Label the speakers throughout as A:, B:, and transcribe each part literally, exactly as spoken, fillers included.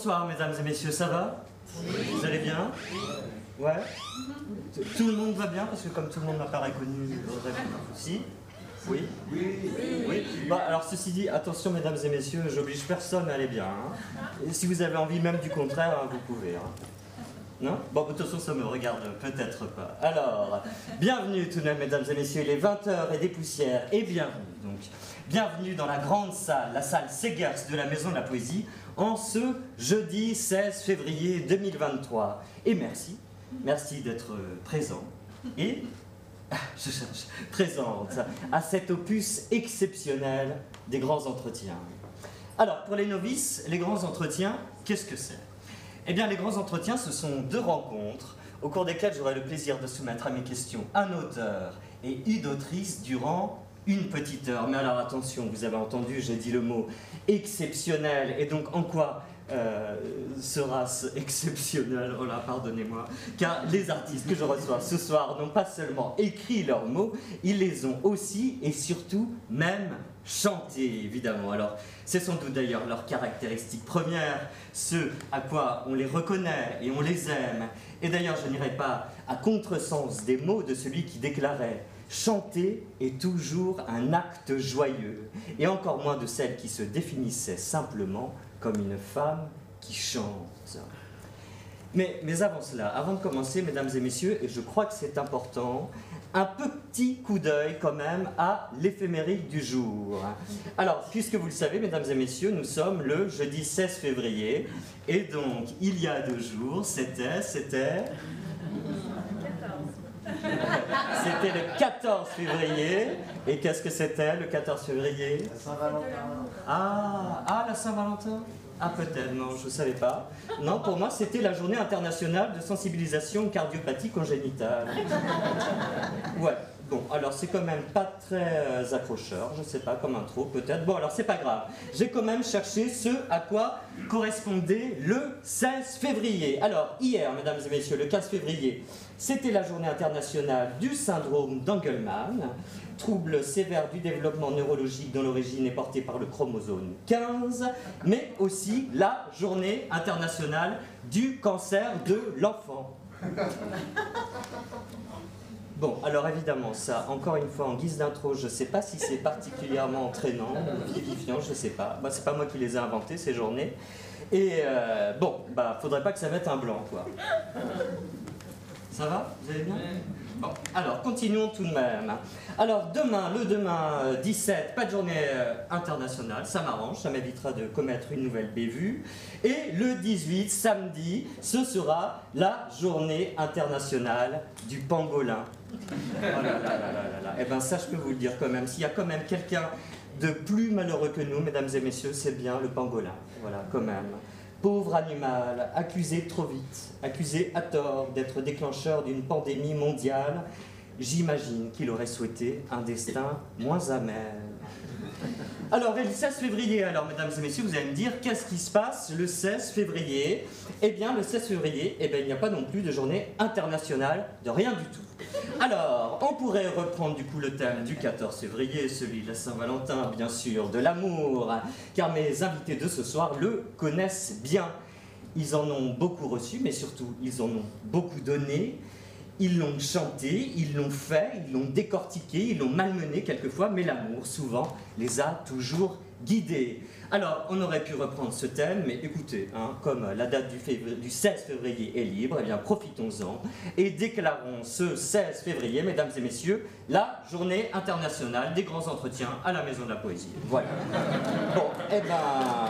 A: Bonsoir mesdames et messieurs, ça va? Oui. Vous allez bien? Oui. Ouais. Tout le monde va bien, parce que comme tout le monde m'a pas reconnu, aussi. Oui. Oui. Oui. Bah, alors ceci dit, attention mesdames et messieurs, j'oblige personne à aller bien. Hein. Et si vous avez envie même du contraire, hein, vous pouvez. Hein. Non? Bon, de toute façon, ça me regarde peut-être pas. Alors, bienvenue tout de même, mesdames et messieurs, il est vingt heures et des poussières, et bienvenue donc. Bienvenue dans la grande salle, la salle Segers de la Maison de la Poésie, en ce jeudi seize février deux mille vingt-trois. Et merci, merci d'être présent et, je cherche, présente à cet opus exceptionnel des grands entretiens. Alors, pour les novices, les grands entretiens, qu'est-ce que c'est? Eh bien, les grands entretiens, ce sont deux rencontres au cours desquelles j'aurai le plaisir de soumettre à mes questions un auteur et une autrice durant une petite heure. Mais alors attention, vous avez entendu, j'ai dit le mot exceptionnel. Et donc, en quoi euh, sera-ce exceptionnel? Oh là, pardonnez-moi. Car les artistes que je reçois ce soir n'ont pas seulement écrit leurs mots, ils les ont aussi et surtout même chantés, évidemment. Alors, c'est sans doute d'ailleurs leur caractéristique première, ce à quoi on les reconnaît et on les aime. Et d'ailleurs, je n'irai pas à contresens des mots de celui qui déclarait « Chanter est toujours un acte joyeux », et encore moins de celle qui se définissait simplement comme une femme qui chante. Mais, mais avant cela, avant de commencer, mesdames et messieurs, et je crois que c'est important, un petit coup d'œil quand même à l'éphéméride du jour. Alors, puisque vous le savez, mesdames et messieurs, nous sommes le jeudi seize février, et donc, il y a deux jours, c'était, c'était... C'était le quatorze février. Et qu'est-ce que c'était le quatorze février?
B: La Saint-Valentin.
A: Ah, ah, la Saint-Valentin? Ah, peut-être, non, je ne savais pas. Non, pour moi, c'était la journée internationale de sensibilisation aux cardiopathies congénitales. Ouais, bon, alors c'est quand même pas très accrocheur, je ne sais pas, comme intro, peut-être. Bon, alors c'est pas grave. J'ai quand même cherché ce à quoi correspondait le seize février. Alors, hier, mesdames et messieurs, le quinze février, c'était la journée internationale du syndrome d'Engelmann, trouble sévère du développement neurologique dont l'origine est portée par le chromosome quinze, mais aussi la journée internationale du cancer de l'enfant. Bon, alors évidemment, ça, encore une fois, en guise d'intro, je ne sais pas si c'est particulièrement entraînant ou vivifiant, je ne sais pas. Bah, c'est pas moi qui les ai inventés, ces journées. Et euh, bon, bah, faudrait pas que ça mette un blanc, quoi. Ça va? Vous allez bien? Bon, alors, continuons tout de même. Alors, demain, le demain dix-sept, pas de journée euh, internationale, ça m'arrange, ça m'évitera de commettre une nouvelle bévue. Et le dix-huit, samedi, ce sera la journée internationale du pangolin. Oh là là là là là là. Eh bien, ça, je peux vous le dire quand même. S'il y a quand même quelqu'un de plus malheureux que nous, mesdames et messieurs, c'est bien le pangolin. Voilà, quand même. Pauvre animal, accusé trop vite, accusé à tort d'être déclencheur d'une pandémie mondiale, j'imagine qu'il aurait souhaité un destin moins amer. Alors, et le seize février, alors, mesdames et messieurs, vous allez me dire, qu'est-ce qui se passe le seize février? Eh bien, le seize février, eh bien, il n'y a pas non plus de journée internationale de rien du tout. Alors, on pourrait reprendre du coup le thème du quatorze février, celui de la Saint-Valentin, bien sûr, de l'amour, car mes invités de ce soir le connaissent bien. Ils en ont beaucoup reçu, mais surtout, ils en ont beaucoup donné. Ils l'ont chanté, ils l'ont fait, ils l'ont décortiqué, ils l'ont malmené quelquefois, mais l'amour, souvent, les a toujours guidés. Alors, on aurait pu reprendre ce thème, mais écoutez, hein, comme la date du, février, du seize février est libre, eh bien, profitons-en et déclarons ce seize février, mesdames et messieurs, la journée internationale des grands entretiens à la Maison de la Poésie. Voilà. Bon, eh ben...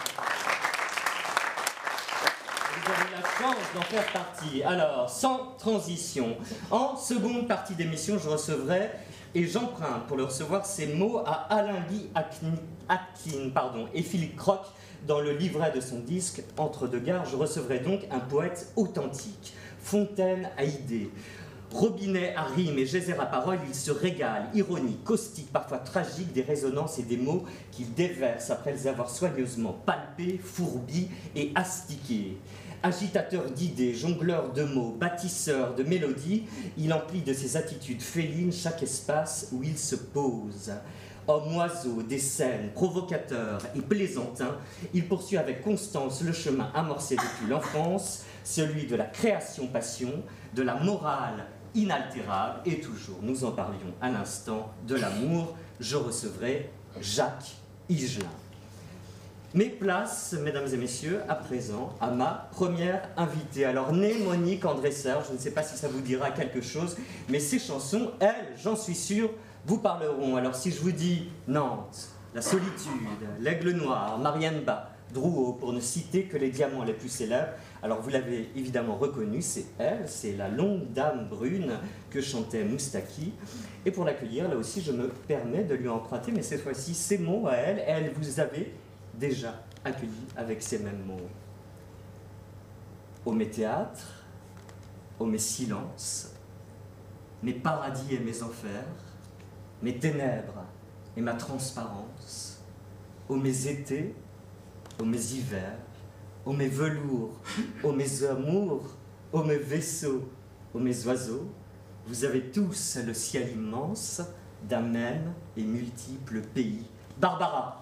A: Vous avez la chance d'en faire partie. Alors, sans transition, en seconde partie d'émission, je recevrai, et j'emprunte pour le recevoir, ces mots à Alain-Guy Atkin pardon, et Philippe Croc dans le livret de son disque « Entre deux gares ». Je recevrai donc un poète authentique, fontaine à idées. Robinet à rime et geyser à parole, il se régale, ironique, caustique, parfois tragique, des résonances et des mots qu'il déverse après les avoir soigneusement palpés, fourbis et astiqués. Agitateur d'idées, jongleur de mots, bâtisseur de mélodies, il emplit de ses attitudes félines chaque espace où il se pose. Homme oiseau des scènes, provocateur et plaisantin, il poursuit avec constance le chemin amorcé depuis l'enfance, celui de la création-passion, de la morale inaltérable, et toujours, nous en parlions à l'instant, de l'amour. Je recevrai Jacques Higelin. Mais place, mesdames et messieurs, à présent, à ma première invitée. Alors, née Monique Andresser, je ne sais pas si ça vous dira quelque chose, mais ces chansons, elles, j'en suis sûr, vous parleront. Alors, si je vous dis Nantes, La Solitude, L'Aigle Noir, Marianne Bas, Drouot, pour ne citer que les diamants les plus célèbres, alors vous l'avez évidemment reconnue, c'est elle, c'est la longue dame brune que chantait Moustaki. Et pour l'accueillir, là aussi, je me permets de lui emprunter, mais cette fois-ci, ces mots à elle, elle vous avait déjà accueilli avec ces mêmes mots. Ô mes théâtres, ô mes silences, mes paradis et mes enfers, mes ténèbres et ma transparence, ô mes étés, ô mes hivers, ô mes velours, ô mes amours, ô mes vaisseaux, ô mes oiseaux, vous avez tous le ciel immense d'un même et multiple pays. Barbara.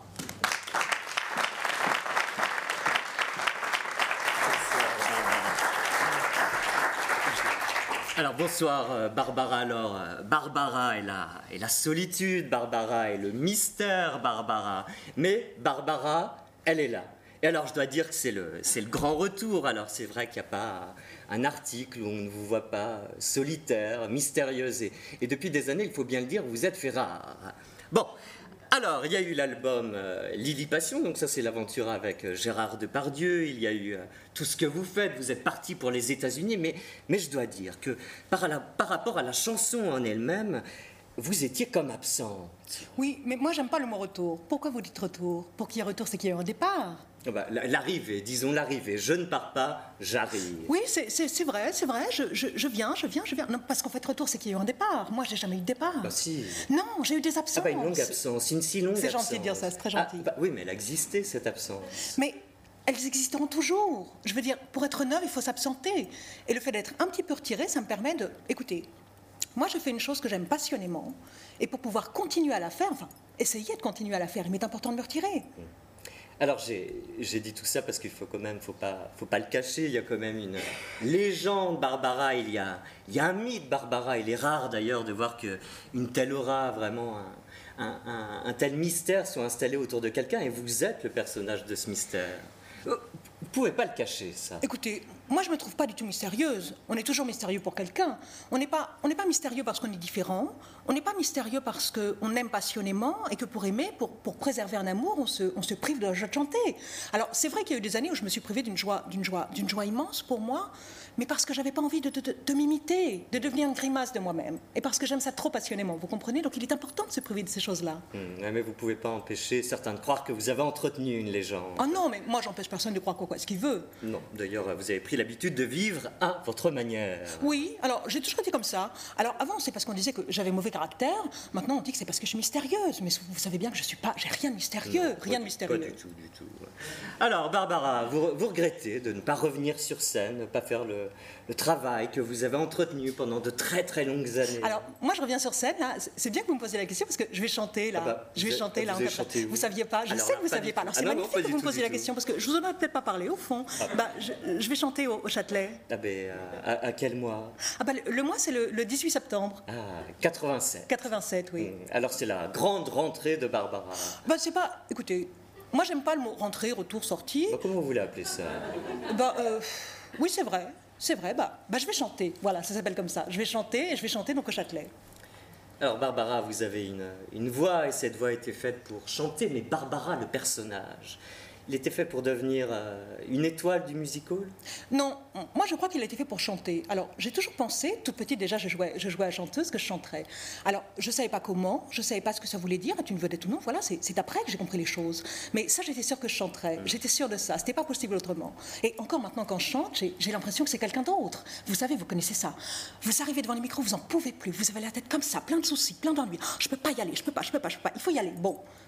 A: Alors bonsoir euh, Barbara, alors euh, Barbara est la, est la solitude, Barbara est le mystère, Barbara, mais Barbara, elle est là. Et alors je dois dire que c'est le, c'est le grand retour, alors c'est vrai qu'il n'y a pas un article où on ne vous voit pas solitaire, mystérieuse, et, et depuis des années, il faut bien le dire, vous êtes fait rare. Bon, alors il y a eu l'album euh, Lily Passion, donc ça c'est l'aventure avec euh, Gérard Depardieu, il y a eu euh, Tout ce que vous faites, vous êtes parti pour les États-Unis, mais, mais je dois dire que par, la, par rapport à la chanson en elle-même, vous étiez comme absente.
B: Oui, mais moi j'aime pas le mot retour. Pourquoi vous dites retour? Pour qu'il y ait retour, c'est qu'il y ait un départ.
A: Oh bah, l'arrivée, disons l'arrivée. Je ne pars pas, j'arrive.
B: Oui, c'est, c'est, c'est vrai, c'est vrai. Je, je, je viens, je viens, je viens. Non, parce qu'en fait, retour, c'est qu'il y a eu un départ. Moi, j'ai jamais eu de départ.
A: Bah si.
B: Non, j'ai eu des absences.
A: Ah bah une longue absence, une si longue
B: c'est
A: absence.
B: C'est gentil de dire ça, c'est très gentil.
A: Ah, bah, oui, mais elle existait, cette absence.
B: Mais elles existeront toujours. Je veux dire, pour être neuve, il faut s'absenter. Et le fait d'être un petit peu retiré, ça me permet de... Écoutez, moi, je fais une chose que j'aime passionnément. Et pour pouvoir continuer à la faire, enfin, essayer de continuer à la faire, il m'est important de me retirer. Mmh.
A: Alors j'ai, j'ai dit tout ça parce qu'il faut quand même, faut pas, faut pas le cacher, il y a quand même une légende Barbara, il y a, il y a un mythe Barbara, il est rare d'ailleurs de voir qu'une telle aura, vraiment un, un, un, un tel mystère soit installé autour de quelqu'un et vous êtes le personnage de ce mystère. Vous ne pouvez pas le cacher, ça.
B: Écoutez, moi je ne me trouve pas du tout mystérieuse. On est toujours mystérieux pour quelqu'un. On n'est pas, on n'est pas mystérieux parce qu'on est différent. On n'est pas mystérieux parce qu'on aime passionnément et que pour aimer, pour, pour préserver un amour, on se, on se prive de la joie de chanter. Alors c'est vrai qu'il y a eu des années où je me suis privée d'une joie, d'une joie, d'une joie immense pour moi, mais parce que je n'avais pas envie de, de, de, de m'imiter, de devenir une grimace de moi-même. Et parce que j'aime ça trop passionnément, vous comprenez? Donc il est important de se priver de ces choses-là.
A: Mmh, mais vous ne pouvez pas empêcher certains de croire que vous avez entretenu une légende.
B: Ah non, mais moi j'empêche personne de croire quoi, quoi ce qu'il veut.
A: Non, d'ailleurs vous avez pris l'habitude de vivre à votre manière.
B: Oui, alors j'ai toujours été comme ça. Alors avant c'est parce qu'on disait que j'avais mauvais caractère, maintenant on dit que c'est parce que je suis mystérieuse. Mais vous savez bien que je suis pas, j'ai rien de mystérieux,
A: non,
B: rien
A: pas,
B: de mystérieux.
A: Pas du tout, du tout. Alors Barbara, vous, vous regrettez de ne pas revenir sur scène, de ne pas faire le, le travail que vous avez entretenu pendant de très très longues années.
B: Alors moi je reviens sur scène, là. C'est bien que vous me posiez la question parce que je vais chanter là.
A: Ah bah,
B: je vais
A: vous
B: chanter
A: vous
B: là.
A: Vous, chanté
B: vous saviez pas, je
A: alors,
B: sais que vous ne saviez pas. Alors c'est ah magnifique non, que vous me posiez la question parce que je vous en ai peut-être pas parlé au fond. Ah. Bah, je, je vais chanter au, au Châtelet.
A: Ah ben, à, à quel mois?
B: Ah bah, le, le mois c'est le, le dix-huit septembre.
A: Ah, quatre-vingt-sept.
B: quatre-vingt-sept, oui.
A: Mmh. Alors c'est la grande rentrée de Barbara.
B: Bah c'est pas, écoutez, moi j'aime pas le mot rentrée, retour, sortie.
A: Bah, comment vous voulez appeler ça?
B: Bah euh, oui c'est vrai, c'est vrai, bah, bah je vais chanter, voilà, ça s'appelle comme ça. Je vais chanter et je vais chanter donc au Châtelet.
A: Alors Barbara, vous avez une, une voix et cette voix a été faite pour chanter, mais Barbara, le personnage, il était fait pour devenir euh, une étoile du music-hall?
B: Non, moi je crois qu'il a été fait pour chanter. Alors j'ai toujours pensé, toute petite déjà je jouais, je jouais à chanteuse, que je chanterais. Alors je ne savais pas comment, je ne savais pas ce que ça voulait dire, être une vedette ou non, voilà, c'est, c'est après que j'ai compris les choses. Mais ça j'étais sûre que je chanterais, j'étais sûre de ça, c'était pas possible autrement. Et encore maintenant quand je chante, j'ai, j'ai l'impression que c'est quelqu'un d'autre. Vous savez, vous connaissez ça. Vous arrivez devant les micros, vous en pouvez plus, vous avez la tête comme ça, plein de soucis, plein d'ennuis. Oh, je peux pas y aller, je peux pas, je peux pas, je peux pas, il faut y aller. Bon.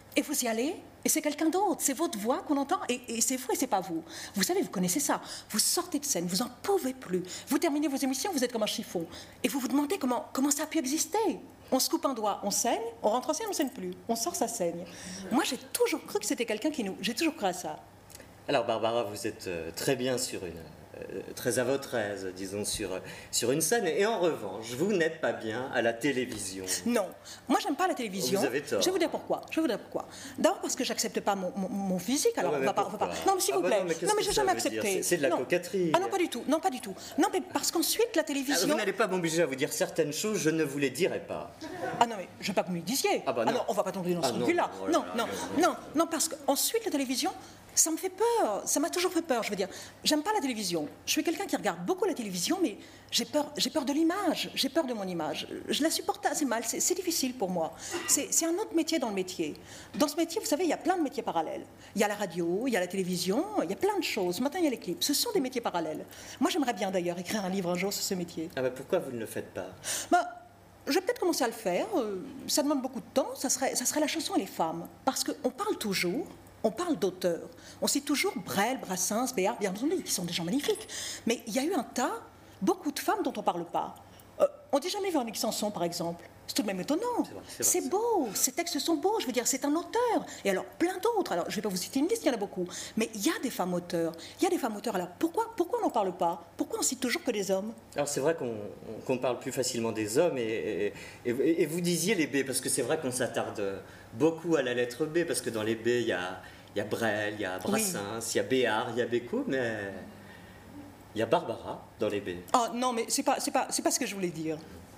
B: et vous y allez, et c'est quelqu'un d'autre, c'est votre voix qu'on entend, et, et c'est vous et c'est pas vous. Vous savez, vous connaissez ça. Vous sortez de scène, vous en pouvez plus. Vous terminez vos émissions, vous êtes comme un chiffon. Et vous vous demandez comment, comment ça a pu exister. On se coupe un doigt, on saigne, on rentre en scène, on ne saigne plus. On sort, ça saigne. Moi, j'ai toujours cru que c'était quelqu'un qui nous... J'ai toujours cru à ça.
C: Alors, Barbara, vous êtes euh, très bien sur une... Euh, très à votre aise, disons, sur, sur une scène. Et en revanche, vous n'êtes pas bien à la télévision.
B: Non. Moi, j'aime pas la télévision.
C: Vous avez tort.
B: Je vais vous dire pourquoi. Je vais vous dire pourquoi. D'abord parce que j'accepte pas mon, mon, mon physique. Alors,
C: Ah ouais,
B: on va
C: mais
B: pas, on va pas.
C: pourquoi
B: Non, mais s'il
C: Ah
B: vous
C: bah
B: plaît.
C: non, mais qu'est-ce
B: non, mais
C: que
B: j'ai
C: ça
B: jamais
C: veut dire?
B: accepté.
C: C'est- c'est de la
B: Non.
C: coquetterie.
B: Ah non, pas du tout. Non, pas du tout. Non, mais parce qu'ensuite, la
C: Ah,
B: télévision...
C: vous n'allez pas m'obliger à vous dire certaines choses, je ne vous les dirai pas.
B: Ah non, mais je veux pas que vous me le disiez.
C: Ah bah non.
B: on va pas tomber dans
C: Ah
B: ce
C: non,
B: là
C: oh là
B: Non,
C: là,
B: non,
C: non,
B: non, non, parce qu'ensuite, la télévision, ça me fait peur. Ça m'a toujours fait peur. Je veux dire, j'aime pas la télévision. Je suis quelqu'un qui regarde beaucoup la télévision, mais j'ai peur, j'ai peur de l'image. J'ai peur de mon image. Je la supporte assez mal. C'est, c'est difficile pour moi. C'est, c'est un autre métier dans le métier. Dans ce métier, vous savez, il y a plein de métiers parallèles. Il y a la radio, il y a la télévision, il y a plein de choses. Ce matin, il y a les clips. Ce sont des métiers parallèles. Moi, j'aimerais bien d'ailleurs écrire un livre un jour sur ce métier.
C: Ah bah pourquoi vous ne le faites pas?
B: Bah, je vais peut-être commencer à le faire. Euh, Ça demande beaucoup de temps. Ça serait, ça serait la chanson et les femmes. Parce qu'on parle toujours, on parle d'auteurs. On cite toujours Brel, Brassens, Béard, bien entendu, qui sont des gens magnifiques. Mais il y a eu un tas, beaucoup de femmes dont on ne parle pas. Euh, on ne dit jamais Véronique Sanson, par exemple. C'est tout de même étonnant.
C: C'est vrai, c'est vrai,
B: C'est
C: c'est
B: beau, ces textes sont beaux, je veux dire, c'est un auteur. Et alors, plein d'autres. Alors, je ne vais pas vous citer une liste, il y en a beaucoup. Mais il y a des femmes auteurs. Il y a des femmes auteurs. Alors, pourquoi, pourquoi on n'en parle pas? Pourquoi on cite toujours que des hommes?
C: Alors c'est vrai qu'on qu'on parle plus facilement des hommes et, et, et- et vous disiez les B, parce que c'est vrai qu'on s'attarde beaucoup à la lettre B, parce que dans les B, il y a, il y a Brel, il y a Brassens, il y a Béard, il y a Bécaud, mais il y a Barbara dans les B.
B: Oh non, mais c'est pas, c'est pas, c'est pas ce que je voulais dire.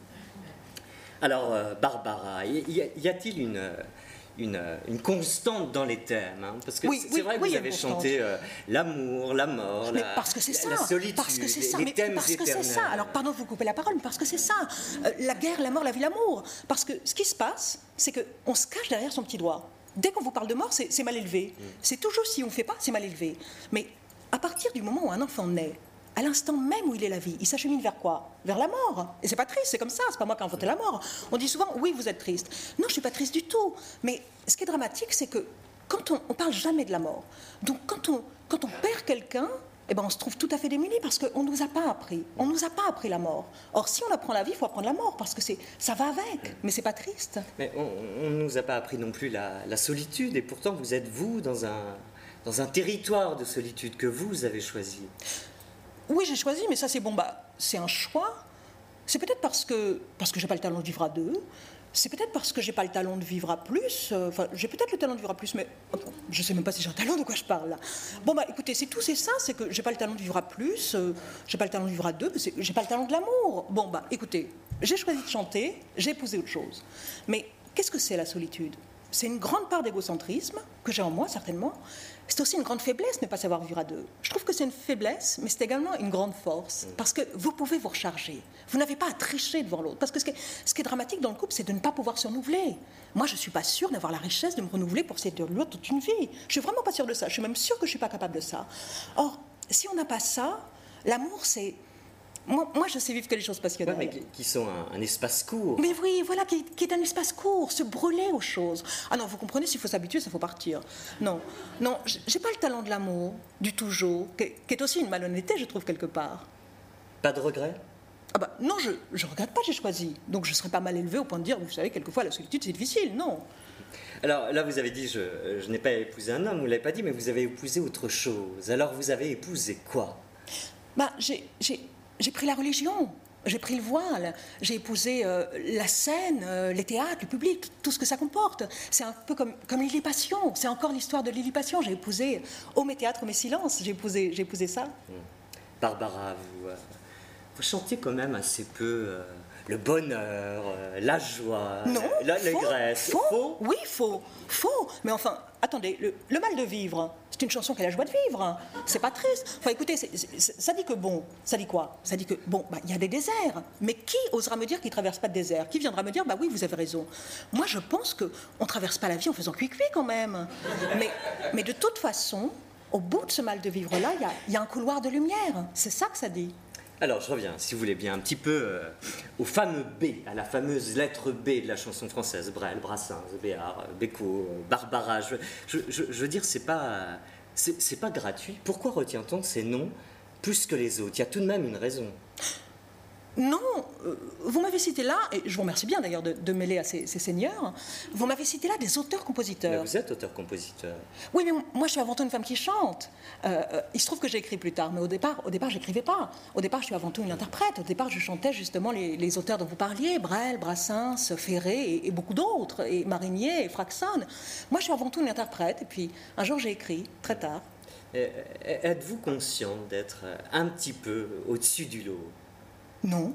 C: Alors euh, Barbara, y, y a- y a-t-il une, une, une constante dans les thèmes, hein? Parce que
B: Oui,
C: c'est c'est
B: oui,
C: vrai que
B: oui, il y
C: vous
B: a une
C: avez
B: constante.
C: chanté euh, l'amour, la mort,
B: Mais
C: la,
B: parce que c'est
C: la-
B: ça,
C: la solitude,
B: parce que c'est ça,
C: les,
B: mais
C: les thèmes
B: parce que c'est
C: éternels.
B: ça. Alors pardon de vous couper la parole, mais parce que c'est ça. Euh, la guerre, la mort, la vie, l'amour. Parce que ce qui se passe, c'est que on se cache derrière son petit doigt. Dès qu'on vous parle de mort, c'est c'est mal élevé.
C: Mm.
B: C'est toujours si on ne fait pas, c'est mal élevé. Mais à partir du moment où un enfant naît, à l'instant même où il est la vie, il s'achemine vers quoi? Vers la mort. Et c'est pas triste, c'est comme ça, c'est pas moi qui ai inventé la mort. On dit souvent, oui, vous êtes triste. Non, je suis pas triste du tout. Mais ce qui est dramatique, c'est que quand on, on parle jamais de la mort. Donc quand on, quand on perd quelqu'un, eh ben on se trouve tout à fait démuni parce qu'on ne nous a pas appris. On ne nous a pas appris la mort. Or, si on apprend la vie, il faut apprendre la mort parce que c'est, ça va avec. Mais c'est pas triste.
C: Mais on ne nous a pas appris non plus la, la solitude, et pourtant vous êtes vous dans un, dans un territoire de solitude que vous avez choisi.
B: Oui, j'ai choisi, mais ça c'est bon, bah, c'est un choix. C'est peut-être parce que parce que j'ai pas le talent de vivre à deux. C'est peut-être parce que j'ai pas le talent de vivre à plus. euh, Enfin, j'ai peut-être le talent de vivre à plus, mais attends, je sais même pas si j'ai un talent, de quoi je parle là. Bon bah, écoutez, c'est tout, c'est ça, c'est que j'ai pas le talent de vivre à plus. euh, j'ai pas le talent de vivre à deux. c'est- J'ai pas le talent de l'amour. Bon bah, écoutez, j'ai choisi de chanter, j'ai épousé autre chose. Mais qu'est-ce que c'est la solitude? C'est une grande part d'égocentrisme que j'ai en moi certainement. C'est aussi une grande faiblesse ne pas savoir vivre à deux. Je trouve que c'est une faiblesse, mais c'est également une grande force. Parce que vous pouvez vous recharger. Vous n'avez pas à tricher devant l'autre. Parce que ce qui est, ce qui est dramatique dans le couple, c'est de ne pas pouvoir se renouveler. Moi, je ne suis pas sûre d'avoir la richesse de me renouveler pour séduire l'autre toute une vie. Je suis vraiment pas sûre de ça. Je suis même sûre que je ne suis pas capable de ça. Or, si on n'a pas ça, l'amour, c'est... Moi, moi, je sais vivre que les choses
C: Ouais,
B: passionnelles.
C: mais qui, qui sont un, un espace court.
B: Mais oui, voilà, qui, qui est un espace court, se brûler aux choses. Ah non, vous comprenez, s'il faut s'habituer, ça faut partir. Non, non, j- j'ai pas le talent de l'amour, du toujours, qui, est- qui est aussi une malhonnêteté, je trouve, quelque part.
C: Pas de regret?
B: Ah bah non, je, je regrette pas, j'ai choisi. Donc je serais pas mal élevée au point de dire, vous savez, quelquefois la solitude c'est difficile, non.
C: Alors là, vous avez dit, je, je n'ai pas épousé un homme, vous ne l'avez pas dit, mais vous avez épousé autre chose. Alors vous avez épousé quoi?
B: Bah j'ai, j'ai, j'ai pris la religion, j'ai pris le voile, j'ai épousé euh, la scène, euh, les théâtres, le public, tout ce que ça comporte. C'est un peu comme, comme Lily Passion, c'est encore l'histoire de Lily Passion. J'ai épousé Oh mes théâtres, mes silences, j'ai épousé, j'ai épousé ça.
C: Barbara, vous, euh, vous chantez quand même assez peu euh, le bonheur, euh, la joie,
B: Non,
C: la-
B: faux,
C: l'allégresse.
B: faux,
C: Faux?
B: oui, faux, faux. Mais enfin, attendez, le, le mal de vivre, c'est une chanson qui a la joie de vivre. C'est pas triste. Enfin, écoutez, c'est- c'est- ça dit que bon, ça dit quoi? Ça dit que bon, bah, il y a des déserts. Mais qui osera me dire qu'il ne traverse pas de désert? Qui viendra me dire, bah oui, vous avez raison. Moi, je pense qu'on ne traverse pas la vie en faisant cuit-cuit quand même. Mais, mais de toute façon, au bout de ce mal de vivre-là, il y a, il y a un couloir de lumière. C'est ça que ça dit.
C: Alors, je reviens, si vous voulez bien, un petit peu euh, au fameux B, à la fameuse lettre B de la chanson française. Brel, Brassens, Béard, Bécaud, Barbara. Je, je, je, je veux dire, c'est pas, c'est, c'est pas gratuit. Pourquoi retient-on ces noms plus que les autres? Il y a tout de même une raison.
B: Non, euh, vous m'avez cité là, et je vous remercie bien d'ailleurs de, de mêler à ces, ces seigneurs, vous m'avez cité là des auteurs-compositeurs.
C: Mais vous êtes auteur-compositeur.
B: Oui, mais moi je suis avant tout une femme qui chante. Euh, euh, il se trouve que j'ai écrit plus tard, mais au départ, au départ, j'écrivais pas. Au départ, je suis avant tout une interprète. Au départ, je chantais justement les, les auteurs dont vous parliez, Brel, Brassens, Ferré et, et beaucoup d'autres, et Marinier et Fraxon. Moi, je suis avant tout une interprète, et puis un jour j'ai écrit, très tard.
C: Et, êtes-vous conscient d'être un petit peu au-dessus du lot?
B: Non.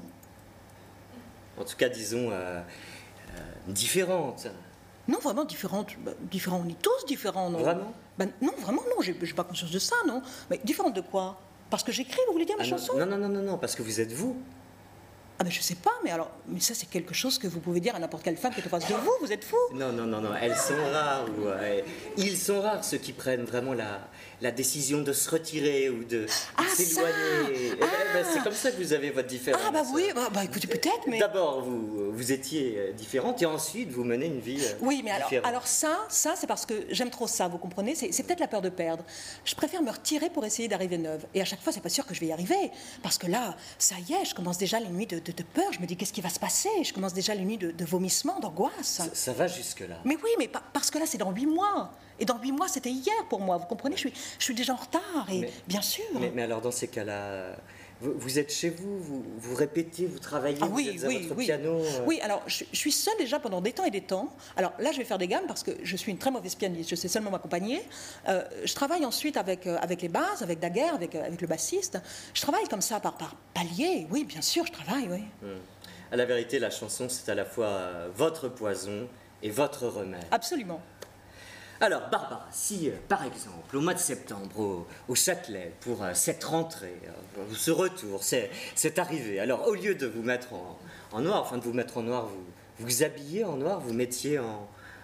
C: En tout cas, disons, euh, euh, différente.
B: Non, vraiment différente. Ben, différents, on est tous différents, non?
C: Vraiment?
B: Ben, non, vraiment, non, j'ai, j'ai pas conscience de ça, non. Mais différente de quoi? Parce que j'écris, vous voulez dire, ma
C: Ah
B: chanson?
C: non, non, non, non, non, parce que vous êtes vous.
B: Ah ben je sais pas, mais alors, mais ça c'est quelque chose que vous pouvez dire à n'importe quelle femme qui est en face de vous, vous êtes fou?
C: Non, non, non, non, elles sont rares. Ou, euh, ils sont rares ceux qui prennent vraiment la, la décision de se retirer ou de
B: Ah,
C: s'éloigner.
B: ça
C: Eh ben,
B: Ah
C: ben, c'est comme ça que vous avez votre différence.
B: Ah bah oui, bah, bah, écoutez, peut-être, mais...
C: D'abord, vous, vous étiez différente et ensuite vous menez une vie euh,
B: Oui, mais alors,
C: différente.
B: alors ça, ça c'est parce que j'aime trop ça, vous comprenez? C'est, c'est peut-être la peur de perdre. Je préfère me retirer pour essayer d'arriver neuve. Et à chaque fois, c'est pas sûr que je vais y arriver. Parce que là, ça y est, je commence déjà les nuits de, de, de peur. Je me dis, qu'est-ce qui va se passer? Je commence déjà les nuits de, de vomissement, d'angoisse.
C: Ça, ça va jusque-là.
B: Mais oui, mais pa- parce que là, c'est dans huit mois. Et dans huit mois, c'était hier pour moi, vous comprenez? Je suis, je suis déjà en retard, et
C: Mais-
B: bien sûr.
C: Mais, mais alors, dans ces cas-là, vous, vous êtes chez vous, vous, vous répétez, vous travaillez,
B: Ah
C: vous
B: oui,
C: êtes à
B: oui,
C: votre
B: oui.
C: piano. euh,
B: Oui, alors je, je suis seule déjà pendant des temps et des temps. Alors là, je vais faire des gammes parce que je suis une très mauvaise pianiste, je sais seulement m'accompagner. Euh, je travaille ensuite avec, euh, avec les basses, avec Daguerre, avec, euh, avec le bassiste. Je travaille comme ça par, par palier. Oui, bien sûr, je travaille, oui.
C: hum. À la vérité, la chanson, c'est à la fois euh, votre poison et votre remède.
B: Absolument.
C: Alors, Barbara, si, euh, par exemple, au mois de septembre, au, au Châtelet, pour euh, cette rentrée, euh, ce retour, c'est, c'est arrivé, alors au lieu de vous mettre en, en noir, enfin de vous mettre en noir, vous vous habillez en noir, vous mettiez en,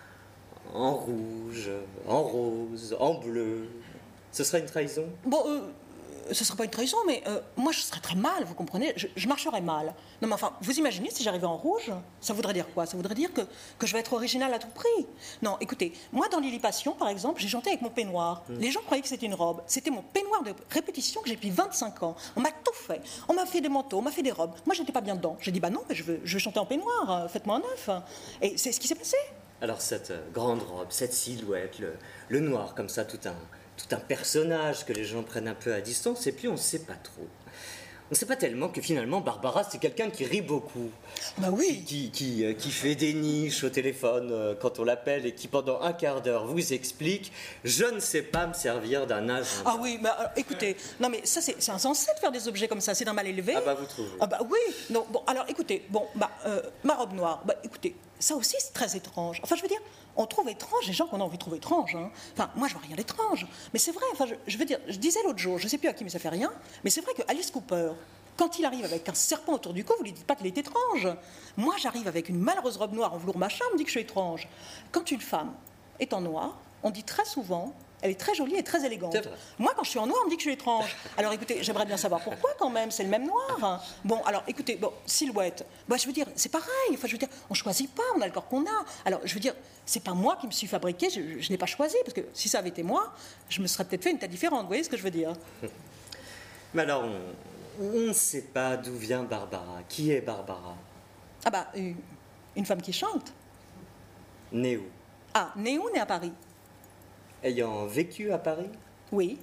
C: en rouge, en rose, en bleu, ce serait une trahison?
B: Bon, euh, ce ne serait pas une trahison, mais euh, moi, je serais très mal, vous comprenez? Je, je marcherais mal. Non, mais enfin, vous imaginez si j'arrivais en rouge? Ça voudrait dire quoi? Ça voudrait dire que, que je vais être originale à tout prix. Non, écoutez, moi, dans Lily Passion, par exemple, j'ai chanté avec mon peignoir.
C: Mm.
B: Les gens croyaient que c'était une robe. C'était mon peignoir de répétition que j'ai depuis vingt-cinq ans. On m'a tout fait. On m'a fait des manteaux, on m'a fait des robes. Moi, j'étais pas bien dedans. J'ai dit, bah non, mais je veux, je veux chanter en peignoir. euh, Faites-moi un neuf. Et c'est ce qui s'est passé.
C: Alors cette euh, grande robe, cette silhouette, le, le noir comme ça, tout un, tout un personnage que les gens prennent un peu à distance, et puis on ne sait pas trop. On ne sait pas tellement que finalement Barbara c'est quelqu'un qui rit beaucoup,
B: Bah oui.
C: qui, qui, euh, qui fait des niches au téléphone euh, quand on l'appelle et qui pendant un quart d'heure vous explique « je ne sais pas me servir d'un agenda ».
B: Ah oui, mais alors, écoutez, non mais ça c'est c'est insensé de faire des objets comme ça, c'est d'un mal élevé.
C: Ah bah vous trouvez?
B: Ah bah oui, non, bon alors écoutez, bon bah euh, ma robe noire, bah écoutez, ça aussi c'est très étrange. Enfin je veux dire, on trouve étrange les gens qu'on a envie de trouver étranges. Hein. Enfin moi je vois rien d'étrange, mais c'est vrai, enfin je, je veux dire, je disais l'autre jour, je sais plus à qui mais ça fait rien, mais c'est vrai que Alice Cooper, quand il arrive avec un serpent autour du cou, vous lui dites pas qu'il est étrange. Moi j'arrive avec une malheureuse robe noire en velours machin, on me dit que je suis étrange. Quand une femme est en noir, on dit très souvent elle est très jolie et très élégante.
C: C'est vrai.
B: Moi, quand je suis en noir, on me dit que je suis étrange. Alors écoutez, j'aimerais bien savoir pourquoi quand même, c'est le même noir. hein. Bon, alors écoutez, bon, silhouette, bah, je veux dire, c'est pareil, enfin, je veux dire, on choisit pas, on a le corps qu'on a. Alors je veux dire, c'est pas moi qui me suis fabriquée, je, je n'ai pas choisi, parce que si ça avait été moi, je me serais peut-être fait une tête différente, vous voyez ce que je veux dire?
C: Mais alors on on ne sait pas d'où vient Barbara. Qui est Barbara?
B: Ah bah, une, une femme qui chante.
C: Née où?
B: Ah, née où, née à Paris?
C: Ayant vécu à Paris?
B: Oui.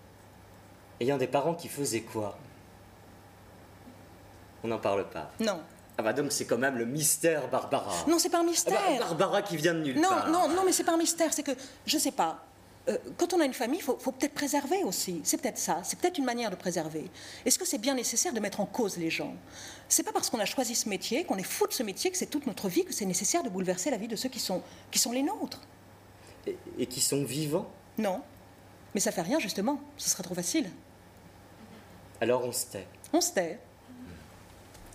C: Ayant des parents qui faisaient quoi? On n'en parle pas.
B: Non.
C: Ah bah donc c'est quand même le mystère Barbara.
B: Non, c'est pas un
C: Ah
B: mystère.
C: bah, Barbara qui vient de nulle
B: Non,
C: part.
B: non, non, mais c'est pas un mystère, c'est que, je sais pas, euh, quand on a une famille, il faut, faut peut-être préserver aussi. C'est peut-être ça, c'est peut-être une manière de préserver. Est-ce que c'est bien nécessaire de mettre en cause les gens? C'est pas parce qu'on a choisi ce métier, qu'on est fou de ce métier, que c'est toute notre vie, que c'est nécessaire de bouleverser la vie de ceux qui sont, qui sont les nôtres.
C: Et, et qui sont vivants.
B: Non. Mais ça fait rien, justement. Ce serait trop facile.
C: Alors on se tait.
B: On se tait.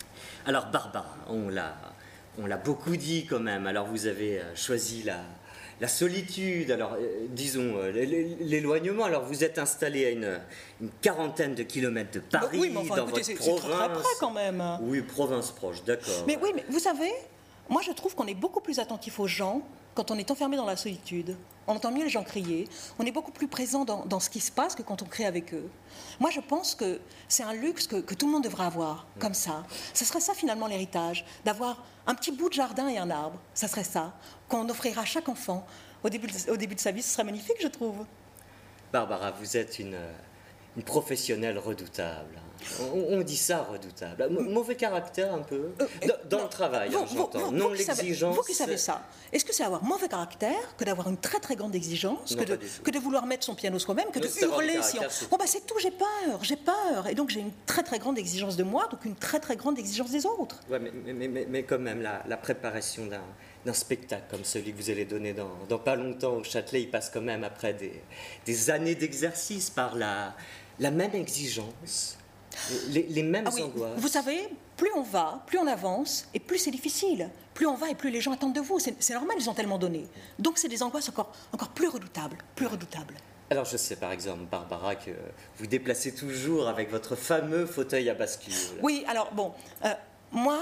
C: Alors Barbara, on l'a, on l'a beaucoup dit quand même. Alors vous avez euh, choisi la, la solitude, alors euh, disons euh, l'éloignement. Alors vous êtes installé à une, une quarantaine de kilomètres de Paris,
B: bah oui, mais enfin,
C: dans
B: écoutez,
C: votre
B: c'est,
C: province.
B: C'est très, très près quand même.
C: Oui, province proche, d'accord.
B: Mais oui, mais vous savez, moi je trouve qu'on est beaucoup plus attentif aux gens quand on est enfermé dans la solitude. On entend mieux les gens crier, on est beaucoup plus présent dans, dans ce qui se passe que quand on crie avec eux. Moi je pense que c'est un luxe que, que tout le monde devrait avoir, mmh. comme ça. Ce serait ça finalement l'héritage, d'avoir un petit bout de jardin et un arbre, ça serait ça, qu'on offrira à chaque enfant au début de, au début de sa vie, ce serait magnifique je trouve.
C: Barbara, vous êtes une, une professionnelle redoutable. On, on dit ça, redoutable. Mauvais caractère un peu
B: euh,
C: Dans, dans
B: non,
C: le travail,
B: vous,
C: hein, j'entends.
B: Vous, vous,
C: non
B: vous
C: l'exigence.
B: Vous qui savez ça, est-ce que c'est avoir mauvais caractère que d'avoir une très très grande exigence,
C: non,
B: que, de, que de vouloir mettre son piano soi-même, que
C: non,
B: de hurler si on... Bon bah c'est tout, j'ai peur, j'ai peur. Et donc j'ai une très très grande exigence de moi, donc une très très grande exigence des autres.
C: Ouais, mais, mais, mais, mais quand même, la, la préparation d'un, d'un spectacle comme celui que vous allez donner dans, dans pas longtemps au Châtelet, il passe quand même après des, des années d'exercice par la, la même exigence. Les, les mêmes
B: ah oui,
C: angoisses.
B: Vous savez, plus on va, plus on avance, et plus c'est difficile. Plus on va et plus les gens attendent de vous. C'est, c'est normal, ils ont tellement donné. Donc c'est des angoisses encore, encore plus redoutables, plus redoutables.
C: Alors je sais par exemple, Barbara, que vous déplacez toujours avec votre fameux fauteuil à bascule.
B: Oui, alors bon, euh, moi,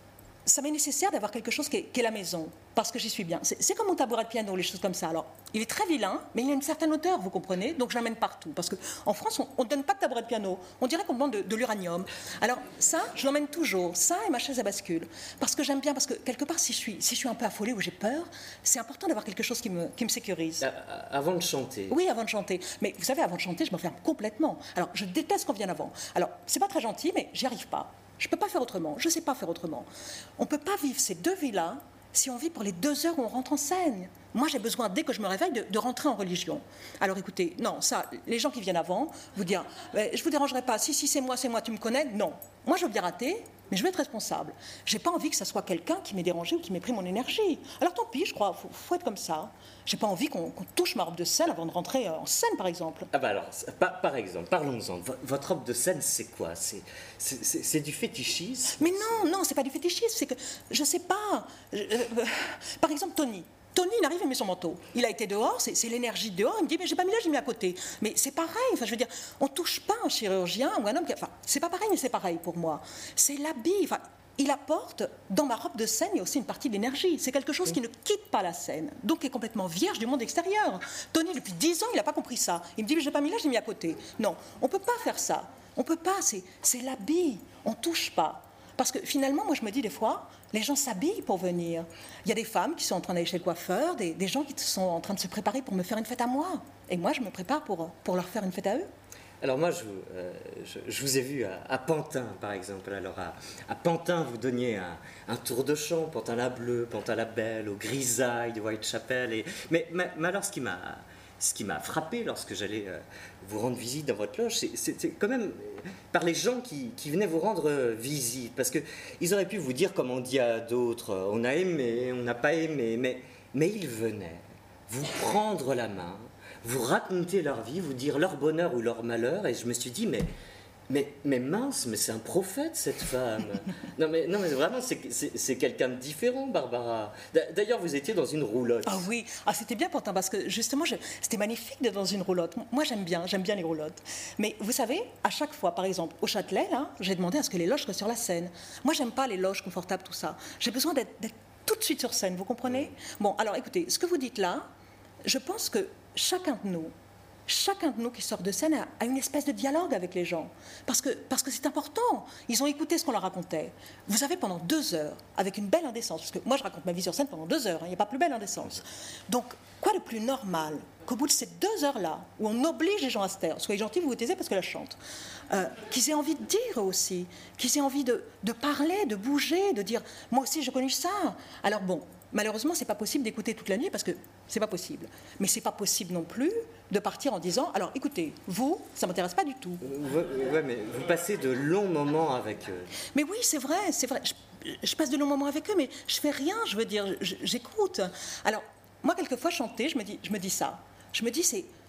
B: ça m'est nécessaire d'avoir quelque chose qui est, qui est la maison, parce que j'y suis bien. C'est, c'est comme mon tabouret de piano, les choses comme ça. Alors, il est très vilain, mais il a une certaine hauteur, vous comprenez, donc je l'emmène partout. Parce qu'en France, on ne donne pas de tabouret de piano, on dirait qu'on demande de, de l'uranium. Alors ça, je l'emmène toujours, ça et ma chaise à bascule. Parce que j'aime bien, parce que quelque part, si je suis, si je suis un peu affolée ou j'ai peur, c'est important d'avoir quelque chose qui me, qui me sécurise.
C: Euh, avant de chanter.
B: Oui, avant de chanter. Mais vous savez, avant de chanter, je m'enferme complètement. Alors, je déteste qu'on vienne avant. Alors, c'est pas très gentil, mais j'y arrive pas. Je ne peux pas faire autrement, je ne sais pas faire autrement. On ne peut pas vivre ces deux vies-là si on vit pour les deux heures où on rentre en scène. Moi, j'ai besoin, dès que je me réveille, de, de rentrer en religion. Alors écoutez, non, ça, les gens qui viennent avant, vous dire, eh, je ne vous dérangerai pas, si, si, c'est moi, c'est moi, tu me connais, non. Moi, je veux bien rater, mais je veux être responsable. Je n'ai pas envie que ça soit quelqu'un qui m'ait dérangé ou qui m'ait pris mon énergie. Alors tant pis, je crois, il faut, faut être comme ça. Je n'ai pas envie qu'on, qu'on touche ma robe de scène avant de rentrer en scène, par exemple.
C: Ah bah alors, par, par exemple, parlons-en. Votre robe de scène, c'est quoi? c'est, c'est, c'est, c'est du fétichisme?
B: Mais non, non, c'est pas du fétichisme, c'est que, je sais pas... Euh, euh, par exemple, Tony. Tony, il arrive, il met son manteau. Il a été dehors, c'est, c'est l'énergie dehors. Il me dit, mais j'ai pas mis là, j'ai mis à côté. Mais c'est pareil, enfin, je veux dire, on touche pas un chirurgien ou un homme qui... Enfin, c'est pas pareil, mais c'est pareil pour moi. C'est l'habit, enfin... Il apporte, dans ma robe de scène, il y a aussi une partie d'énergie. C'est quelque chose qui ne quitte pas la scène, donc qui est complètement vierge du monde extérieur. Tony, depuis dix ans, il n'a pas compris ça. Il me dit, mais je n'ai pas mis là, je l'ai mis à côté. Non, on ne peut pas faire ça. On ne peut pas, c'est, c'est l'habit. On ne touche pas. Parce que finalement, moi, je me dis des fois, les gens s'habillent pour venir. Il y a des femmes qui sont en train d'aller chez le coiffeur, des, des gens qui sont en train de se préparer pour me faire une fête à moi. Et moi, je me prépare pour, pour leur faire une fête à eux.
C: Alors moi, je, euh, je, je vous ai vu à, à Pantin, par exemple. Alors à, à Pantin, vous donniez un, un tour de chant, Pantin-la-Bleue, Pantin-la-Belle, au Grisaille de Whitechapel. Et, mais, mais, mais alors, ce qui m'a, ce qui m'a frappé lorsque j'allais euh, vous rendre visite dans votre loge, c'est, c'est, c'est quand même par les gens qui, qui venaient vous rendre euh, visite. Parce qu'ils auraient pu vous dire, comme on dit à d'autres, euh, on a aimé, on n'a pas aimé, mais, mais ils venaient vous prendre la main, vous raconter leur vie, vous dire leur bonheur ou leur malheur, et je me suis dit, mais, mais, mais mince, mais c'est un prophète, cette femme. non, mais, non, mais vraiment, c'est, c'est, c'est quelqu'un de différent, Barbara. D'ailleurs, vous étiez dans une roulotte.
B: Ah oui, ah, c'était bien pourtant, parce que justement, je, c'était magnifique d'être dans une roulotte. Moi, j'aime bien, j'aime bien les roulottes. Mais vous savez, à chaque fois, par exemple, au Châtelet, là, j'ai demandé à ce que les loges soient sur la scène. Moi, j'aime pas les loges confortables, tout ça. J'ai besoin d'être, d'être tout de suite sur scène, vous comprenez? Bon, alors écoutez, ce que vous dites là, je pense que chacun de nous, chacun de nous qui sort de scène a, a une espèce de dialogue avec les gens. Parce que, parce que c'est important. Ils ont écouté ce qu'on leur racontait. Vous avez pendant deux heures, avec une belle indécence, parce que moi je raconte ma vie sur scène pendant deux heures, il hein, n'y a pas plus belle indécence. Donc, quoi de plus normal qu'au bout de ces deux heures-là, où on oblige les gens à se taire, soyez gentils, vous vous taisez parce que la chante, euh, qu'ils aient envie de dire aussi, qu'ils aient envie de, de parler, de bouger, de dire « moi aussi j'ai connu ça ». Alors bon, malheureusement, c'est pas possible d'écouter toute la nuit parce que c'est pas possible. Mais c'est pas possible non plus de partir en disant alors écoutez, vous, ça m'intéresse pas du tout.
C: Euh, ouais, mais vous passez de longs moments avec eux.
B: Mais oui, c'est vrai, c'est vrai. Je, je passe de longs moments avec eux, mais je fais rien. Je veux dire, je, j'écoute. Alors moi, quelquefois, chanter, je me dis, je me dis ça. Je me dis, c'est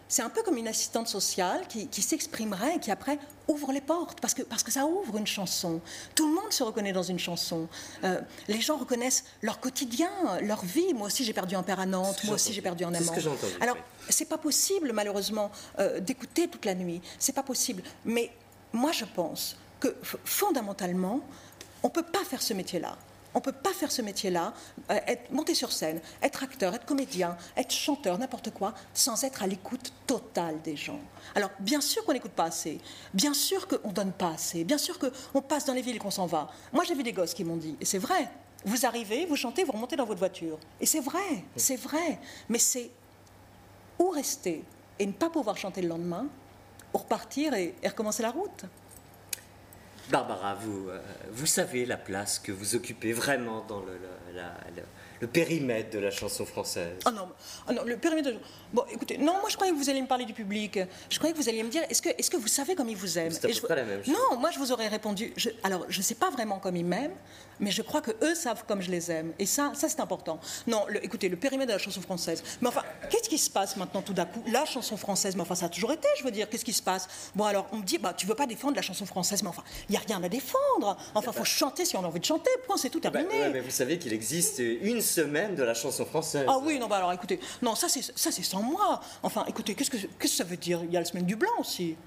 B: c'est un peu comme une assistante sociale qui, qui s'exprimerait et qui après ouvre les portes, parce que, parce que ça ouvre une chanson. Tout le monde se reconnaît dans une chanson. Euh, les gens reconnaissent leur quotidien, leur vie. Moi aussi j'ai perdu un père à Nantes, moi aussi j'ai perdu un amant.
C: C'est ce que j'ai entendu.
B: Alors,
C: oui.
B: c'est pas possible malheureusement euh, d'écouter toute la nuit, c'est pas possible. Mais moi je pense que f- fondamentalement, on peut pas faire ce métier-là. On ne peut pas faire ce métier-là, euh, être, monter sur scène, être acteur, être comédien, être chanteur, n'importe quoi, sans être à l'écoute totale des gens. Alors, bien sûr qu'on n'écoute pas assez, bien sûr qu'on ne donne pas assez, bien sûr qu'on passe dans les villes et qu'on s'en va. Moi, j'ai vu des gosses qui m'ont dit, et c'est vrai, vous arrivez, vous chantez, vous remontez dans votre voiture. Et c'est vrai, c'est vrai, mais c'est ou rester et ne pas pouvoir chanter le lendemain, ou repartir et, et recommencer la route.
C: Barbara, vous, euh, vous savez la place que vous occupez vraiment dans le, le, la- le- le périmètre de la chanson française.
B: Oh non, oh non, le périmètre de... Bon, écoutez, non, moi je croyais que vous alliez me parler du public. Je croyais que vous alliez me dire, est-ce que, est-ce que vous savez comme ils vous aiment?
C: C'est à peu
B: Et je-
C: près la même chose.
B: Non, moi je vous aurais répondu, je... alors je ne sais pas vraiment comme ils m'aiment, mais je crois que eux savent comme je les aime. Et ça, ça c'est important. Non, le- écoutez, le périmètre de la chanson française. Mais enfin, qu'est-ce qui se passe maintenant tout d'un coup? La chanson française, mais enfin ça a toujours été, je veux dire, qu'est-ce qui se passe? Bon alors, on me dit, bah tu veux pas défendre la chanson française, mais enfin, il n'y a rien à défendre. Enfin, il faut chanter si on a envie de chanter, point, c'est tout
C: Bah,
B: terminé.
C: ouais, mais vous savez qu'il existe une semaine de la chanson française.
B: Ah oui, non, bah alors écoutez, non, ça c'est ça c'est sans moi. Enfin, écoutez, qu'est-ce que qu'est-ce que ça veut dire? Il y a la semaine du blanc aussi.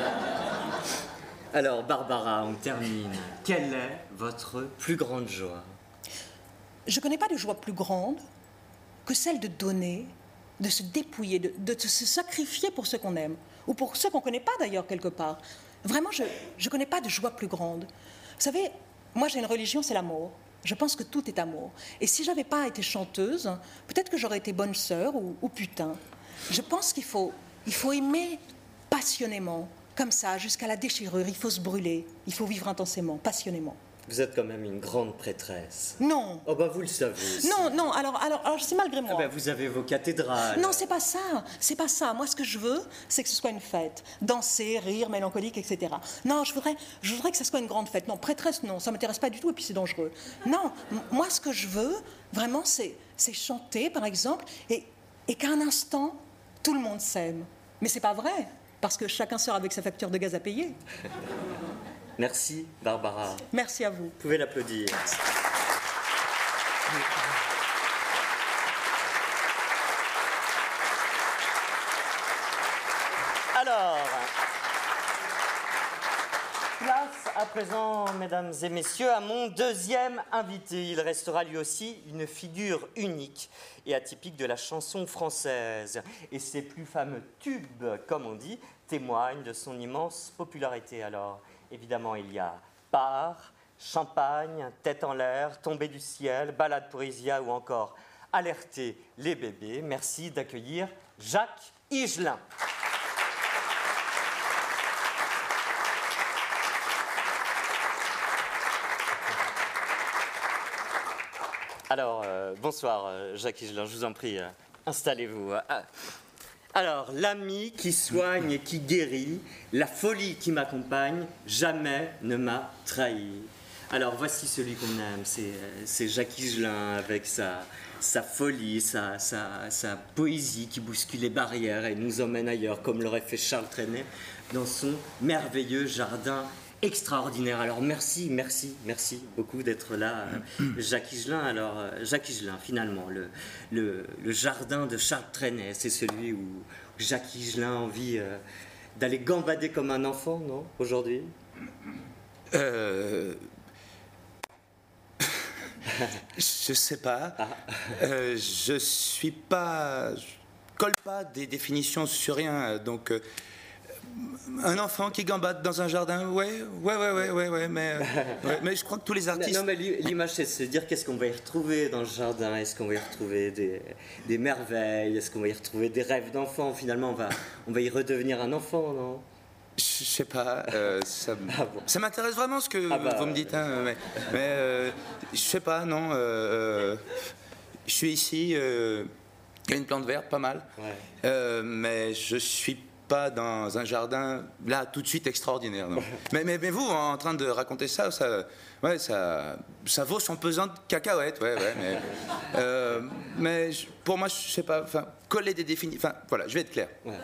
C: Alors, Barbara, on termine. Quelle est votre plus grande joie?
B: Je connais pas de joie plus grande que celle de donner, de se dépouiller, de, de se sacrifier pour ceux qu'on aime, ou pour ceux qu'on connaît pas d'ailleurs quelque part. Vraiment, je je connais pas de joie plus grande. Vous savez, moi j'ai une religion, c'est l'amour. Je pense que tout est amour. Et si j'avais pas été chanteuse, peut-être que j'aurais été bonne sœur ou, ou putain. Je pense qu'il faut, il faut aimer passionnément, comme ça, jusqu'à la déchirure. Il faut se brûler. Il faut vivre intensément, passionnément.
C: Vous êtes quand même une grande prêtresse.
B: Non,
C: Oh bah vous le savez aussi.
B: non, non. Alors, alors, alors c'est malgré moi.
C: Ah bah, vous avez vos cathédrales.
B: Non, c'est pas ça. C'est pas ça. Moi, ce que je veux, c'est que ce soit une fête. Danser, rire, mélancolique, et cetera. Non, je voudrais, je voudrais que ce soit une grande fête. Non, prêtresse, non, ça m'intéresse pas du tout et puis c'est dangereux. Non, m- moi, ce que je veux, vraiment, c'est, c'est chanter, par exemple, et, et qu'à un instant, tout le monde s'aime. Mais c'est pas vrai, parce que chacun sort avec sa facture de gaz à payer.
C: Merci, Barbara.
B: Merci à vous.
C: Vous pouvez l'applaudir. Alors, place à présent, mesdames et messieurs, à mon deuxième invité. Il restera lui aussi une figure unique et atypique de la chanson française. Et ses plus fameux tubes, comme on dit, témoignent de son immense popularité. Alors, évidemment, il y a Part, Champagne, Tête en l'air, Tombée du ciel, Balade pour Isia ou encore Alerter les bébés. Merci d'accueillir Jacques Higelin. Alors, euh, bonsoir euh, Jacques Higelin, je vous en prie, euh, installez-vous. Ah. Alors, l'ami qui soigne et qui guérit, la folie qui m'accompagne, jamais ne m'a trahi. Alors, voici celui qu'on aime, c'est, euh, c'est Jacques Higelin avec sa, sa folie, sa, sa, sa poésie qui bouscule les barrières et nous emmène ailleurs, comme l'aurait fait Charles Trenet, dans son merveilleux jardin extraordinaire. Alors merci, merci, merci beaucoup d'être là, euh, Jacques Higelin. Alors euh, Jacques Higelin, finalement, le, le, le jardin de Charles Trenet, c'est celui où Jacques Higelin a envie euh, d'aller gambader comme un enfant, non, aujourd'hui?
D: Euh... Je sais pas. Euh, je suis pas. Je colle pas des définitions sur rien. Donc, euh, un enfant qui gambade dans un jardin, ouais, ouais, ouais, ouais, ouais, ouais, mais, euh, ouais, mais je crois que tous les artistes.
C: Non, mais l'image, c'est de se dire qu'est-ce qu'on va y retrouver dans le jardin. Est-ce qu'on va y retrouver des, des merveilles? Est-ce qu'on va y retrouver des rêves d'enfant? Finalement, on va, on va y redevenir un enfant, non?
D: Je sais pas, euh, ça, m-
C: Ah bon.
D: ça m'intéresse vraiment ce que
C: Ah bah,
D: vous me dites, hein, mais, mais euh, je sais pas, non. euh, euh, je suis ici, euh, il y a une plante verte, pas mal,
C: Ouais.
D: euh, mais je suis pas dans un jardin, là, tout de suite extraordinaire. Non. mais, mais, mais vous, en train de raconter ça, ça, ouais, ça, ça vaut son pesant de cacahuètes. Ouais, ouais, mais, euh, mais pour moi, je sais pas, enfin, coller des définitions. Enfin, voilà, je vais être clair. Ouais.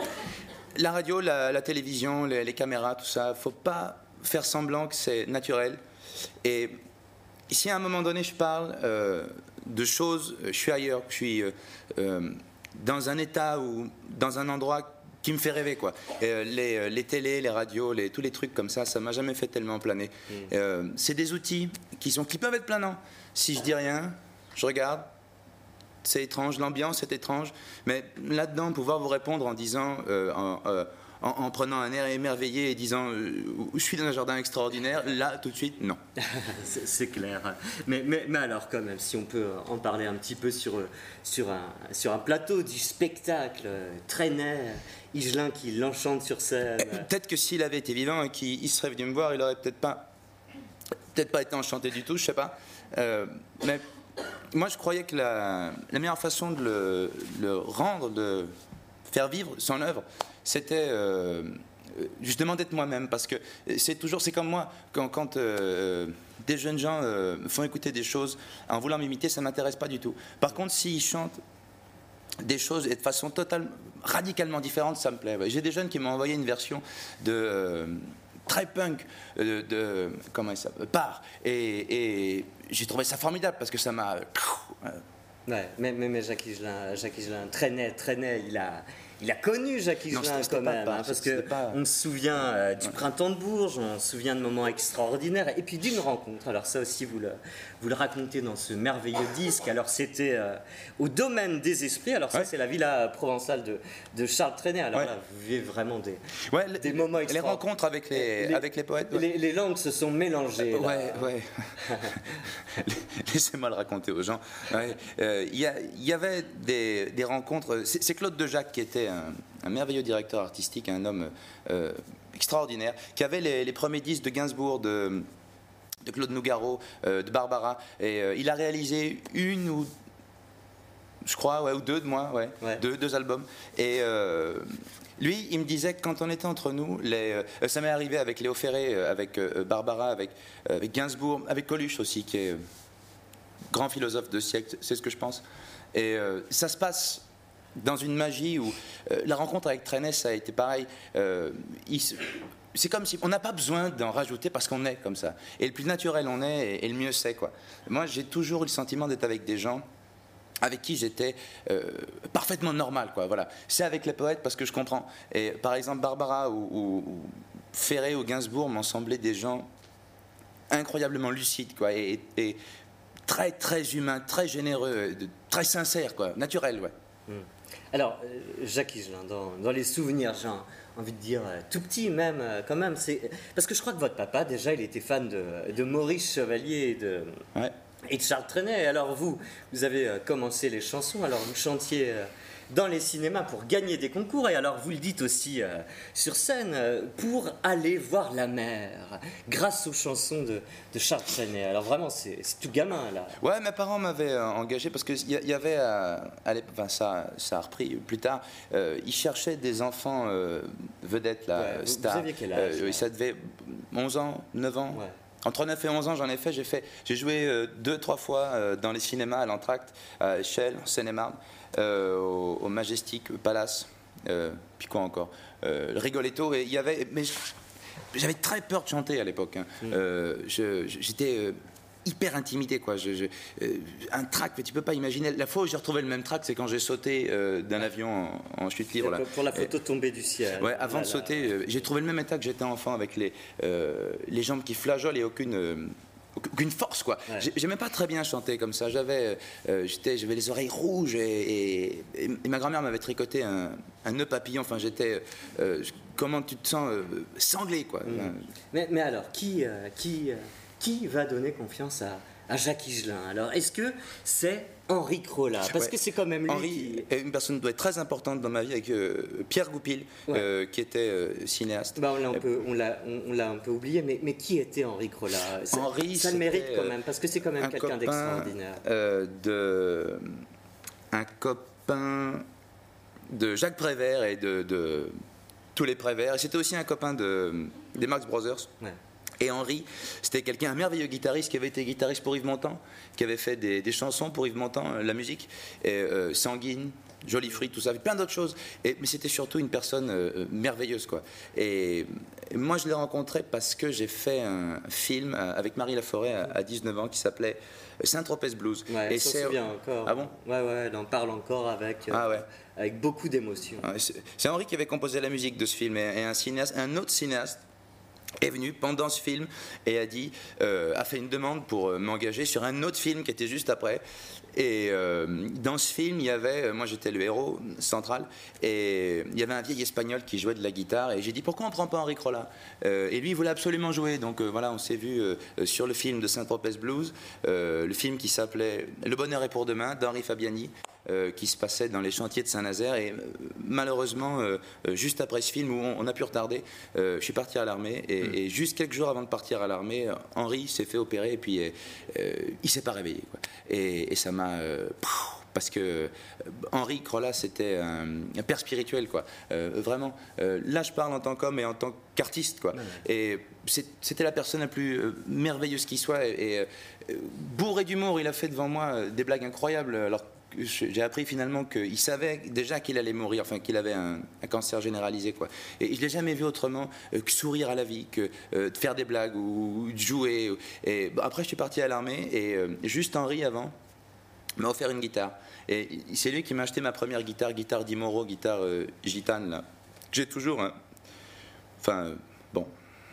D: La radio, la, la télévision, les, les caméras, tout ça, faut pas faire semblant que c'est naturel. Et si à un moment donné, je parle euh, de choses, je suis ailleurs, je suis euh, euh, dans un état ou dans un endroit qui me fait rêver, quoi. Et, les, les télés, les radios, les, tous les trucs comme ça, ça m'a jamais fait tellement planer. Mmh. Euh, c'est des outils qui, sont, qui peuvent être planants. Si je dis rien, je regarde, c'est étrange, l'ambiance est étrange, mais là-dedans, pouvoir vous répondre en disant, euh, en, euh, en, en prenant un air émerveillé et disant euh, je suis dans un jardin extraordinaire, là, tout de suite, non.
C: c'est, c'est clair. Mais, mais, mais alors, quand même, si on peut en parler un petit peu sur, sur, un, sur un plateau du spectacle, Trenet, Higelin qui l'enchante sur scène.
D: Peut-être que s'il avait été vivant et qu'il serait venu me voir, il aurait peut-être pas, peut-être pas été enchanté du tout, je sais pas. Euh, mais moi, je croyais que la, la meilleure façon de le, le rendre, de faire vivre son œuvre, c'était euh, justement d'être moi-même, parce que c'est toujours, c'est comme moi, quand, quand euh, des jeunes gens euh, font écouter des choses en voulant m'imiter, ça m'intéresse pas du tout. Par contre, s'ils chantent des choses et de façon totalement, radicalement différente, ça me plaît. J'ai des jeunes qui m'ont envoyé une version de euh, très punk de, de comment il s'appelle, Part, et, et j'ai trouvé ça formidable parce que ça m'a.
C: Ouais, mais, mais, mais Jacques Higelin, Jacques Higelin, Trenet, Trenet, il a. Il a connu Jacques Higelin quand même, pas, hein, parce qu'on pas... se souvient euh, du ouais. Printemps de Bourges, on se souvient de moments extraordinaires, et puis d'une rencontre. Alors ça aussi, vous le, vous le racontez dans ce merveilleux disque. Alors c'était euh, au Domaine des Esprits. Alors ça, ouais. c'est la villa provençale de, de Charles Trenet. Alors ouais. là, vous vivez vraiment des,
D: ouais,
C: des moments extraordinaires.
D: Les rencontres avec les, les, avec les poètes. Ouais.
C: Les, les langues se sont mélangées.
D: Ouais, là. ouais. Laissez-moi le raconter aux gens. Il ouais. euh, y, y avait des, des rencontres. C'est, c'est Claude Dejac qui était Un, un merveilleux directeur artistique, un homme euh, extraordinaire, qui avait les, les premiers disques de Gainsbourg, de, de Claude Nougaro, euh, de Barbara, et euh, il a réalisé une ou, je crois, ouais, ou deux de moi, ouais, ouais. Deux, deux albums, et euh, lui, il me disait que quand on était entre nous, les, euh, ça m'est arrivé avec Léo Ferré, euh, avec euh, Barbara, avec, euh, avec Gainsbourg, avec Coluche aussi, qui est euh, grand philosophe de siècle, c'est ce que je pense, et euh, ça se passe dans une magie où euh, la rencontre avec Trenet, ça a été pareil. Euh, il, c'est comme si on n'a pas besoin d'en rajouter parce qu'on est comme ça. Et le plus naturel on est, et, et le mieux c'est, quoi. Moi, j'ai toujours eu le sentiment d'être avec des gens avec qui j'étais euh, parfaitement normal, quoi. Voilà. C'est avec les poètes parce que je comprends. Et par exemple, Barbara ou, ou, ou Ferré ou Gainsbourg m'ont semblé des gens incroyablement lucides, quoi, et, et très très humains, très généreux, très sincères, quoi, naturels, ouais.
C: Mmh. Alors, Jacques Higelin, dans, dans les souvenirs, j'ai envie de dire tout petit même, quand même, c'est parce que je crois que votre papa, déjà, il était fan de, de Maurice Chevalier et de, ouais. et de Charles Trenet. Alors vous, vous avez commencé les chansons, alors vous chantiez dans les cinémas pour gagner des concours, et alors vous le dites aussi euh, sur scène, euh, pour aller voir la mer, grâce aux chansons de, de Charles Trenet. Alors vraiment, c'est, c'est tout gamin, là.
D: Ouais, mes parents m'avaient euh, engagé, parce qu'il y, y avait, euh, à enfin, ça, ça a repris plus tard, euh, ils cherchaient des enfants euh, vedettes, là,
C: ouais, vous,
D: stars.
C: Vous aviez quel âge euh,
D: ça devait onze ans, neuf ans. Ouais. Entre neuf et onze ans, j'en ai fait. J'ai, fait, j'ai joué euh, deux, trois fois euh, dans les cinémas, à l'Entracte, à Échelle, en Seine-et-Marne, euh, au, au Majestic Palace, euh, puis quoi encore, euh, le Rigoletto. Et il y avait, mais j'avais très peur de chanter à l'époque. Hein. Mmh. Euh, je, j'étais euh, hyper intimidé, quoi. Je, je, euh, un trac, mais tu peux pas imaginer. La fois où j'ai retrouvé le même trac, c'est quand j'ai sauté euh, d'un avion en, en chute libre. Là.
C: Pour la photo et, tombée du ciel.
D: Ouais, avant là, de sauter, euh, j'ai trouvé le même état que j'étais enfant, avec les, euh, les jambes qui flageolent et aucune. Euh, aucune force, quoi. Ouais. J'aimais pas très bien chanter comme ça. J'avais, euh, j'étais, j'avais les oreilles rouges et, et, et ma grand-mère m'avait tricoté un, un nœud papillon. Enfin, j'étais. Euh, comment tu te sens euh, sanglé, quoi.
C: Mmh. Enfin, mais, mais alors, qui, euh, qui, euh, qui va donner confiance à, à Jacques Higelin? Alors, est-ce que c'est Henri Crolla? Parce ouais. que c'est quand même lui
D: Henri
C: qui...
D: est une personne doit être très importante dans ma vie, avec euh, Pierre Goupil, ouais. euh, qui était euh, cinéaste.
C: Bah on, l'a un peu, on, l'a, on, on l'a un peu oublié, mais, mais qui était Henri Crolla? Ça,
D: Henri,
C: ça le mérite quand même, parce que c'est quand même quelqu'un
D: copain,
C: d'extraordinaire.
D: Euh, de, un copain de Jacques Prévert et de, de, tous les Prévert. Et c'était aussi un copain de, des Marx Brothers.
C: Ouais.
D: Et Henri, c'était quelqu'un, un merveilleux guitariste qui avait été guitariste pour Yves Montand, qui avait fait des, des chansons pour Yves Montand, euh, la musique, et, euh, Sanguine, Jolie Frite, tout ça, plein d'autres choses. Et, mais c'était surtout une personne euh, merveilleuse, quoi. Et, et moi, je l'ai rencontré parce que j'ai fait un film avec Marie Laforêt à, à dix-neuf ans qui s'appelait Saint-Tropez Blues.
C: Ouais,
D: et
C: elle s'en
D: c'est
C: souvient encore.
D: Ah bon?
C: Ouais, ouais, elle en parle encore avec, euh,
D: ah ouais.
C: avec beaucoup d'émotion.
D: Ouais, c'est, c'est Henri qui avait composé la musique de ce film, et, et un cinéaste, un autre cinéaste est venu pendant ce film et a dit, euh, a fait une demande pour euh, m'engager sur un autre film qui était juste après. Et euh, dans ce film, il y avait, moi j'étais le héros central, et il y avait un vieil espagnol qui jouait de la guitare, et j'ai dit pourquoi on ne prend pas Henri Crolla, euh, et lui il voulait absolument jouer, donc euh, voilà, on s'est vu euh, sur le film de Saint-Tropez Blues, euh, le film qui s'appelait Le bonheur est pour demain d'Henri Fabiani, euh, qui se passait dans les chantiers de Saint-Nazaire, et euh, malheureusement, euh, juste après ce film où on, on a pu retarder, euh, je suis parti à l'armée, et, mmh. et juste quelques jours avant de partir à l'armée, Henri s'est fait opérer, et puis euh, il s'est pas réveillé, quoi. Et, et ça m'a Euh, parce que Henri Crolla c'était un, un père spirituel, quoi. Euh, vraiment. Euh, là, je parle en tant qu'homme et en tant qu'artiste, quoi. Ouais. Et c'est, c'était la personne la plus euh, merveilleuse qui soit. Et, et euh, bourré d'humour, il a fait devant moi euh, des blagues incroyables. Alors j'ai appris finalement qu'il savait déjà qu'il allait mourir, enfin qu'il avait un, un cancer généralisé, quoi. Et je l'ai jamais vu autrement euh, que sourire à la vie, que euh, de faire des blagues ou, ou de jouer. Et bon, après, je suis parti à l'armée, et euh, juste Henri avant m'a offert une guitare, et c'est lui qui m'a acheté ma première guitare, guitare d'Imoro, guitare euh, gitane, là, que j'ai toujours, hein. Enfin, euh, bon.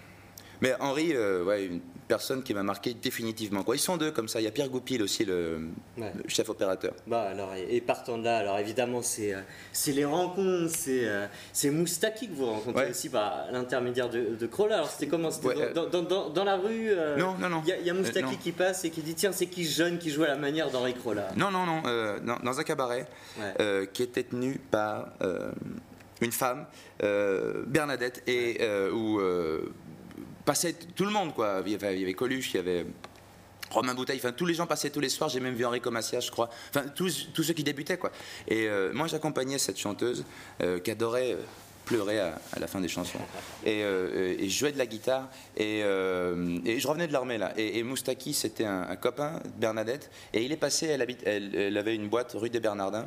D: Mais Henri, euh, ouais, une personne qui m'a marqué définitivement, quoi. Ils sont deux comme ça, il y a Pierre Goupil aussi, le, ouais. le chef opérateur.
C: Bah, alors, et, et partant de là, alors évidemment, c'est, euh, c'est les rencontres, c'est, euh, c'est Moustaki que vous rencontrez, ouais. aussi par l'intermédiaire de, de Crolla. Alors c'était comment? C'était ouais, dans, dans, dans, dans la rue euh,
D: Non, non, non.
C: Il y, y a Moustaki euh, qui passe et qui dit tiens, c'est qui ce jeune qui joue à la manière d'Henri Crolla?
D: Non, non, non, euh, dans, dans un cabaret ouais. euh, qui était tenu par euh, une femme, euh, Bernadette, et ouais. euh, où euh, passait tout le monde, quoi. Il y avait, il y avait Coluche, il y avait Romain Bouteille, enfin tous les gens passaient tous les soirs. J'ai même vu Enrico Macias, je crois. Enfin tous, tous ceux qui débutaient, quoi. Et euh, moi j'accompagnais cette chanteuse euh, qui adorait euh, pleurer à, à la fin des chansons. Et, euh, et je jouais de la guitare. Et, euh, et je revenais de l'armée là. Et, et Moustaki, c'était un, un copain de Bernadette. Et il est passé. Elle, habite, elle, elle avait une boîte rue des Bernardins.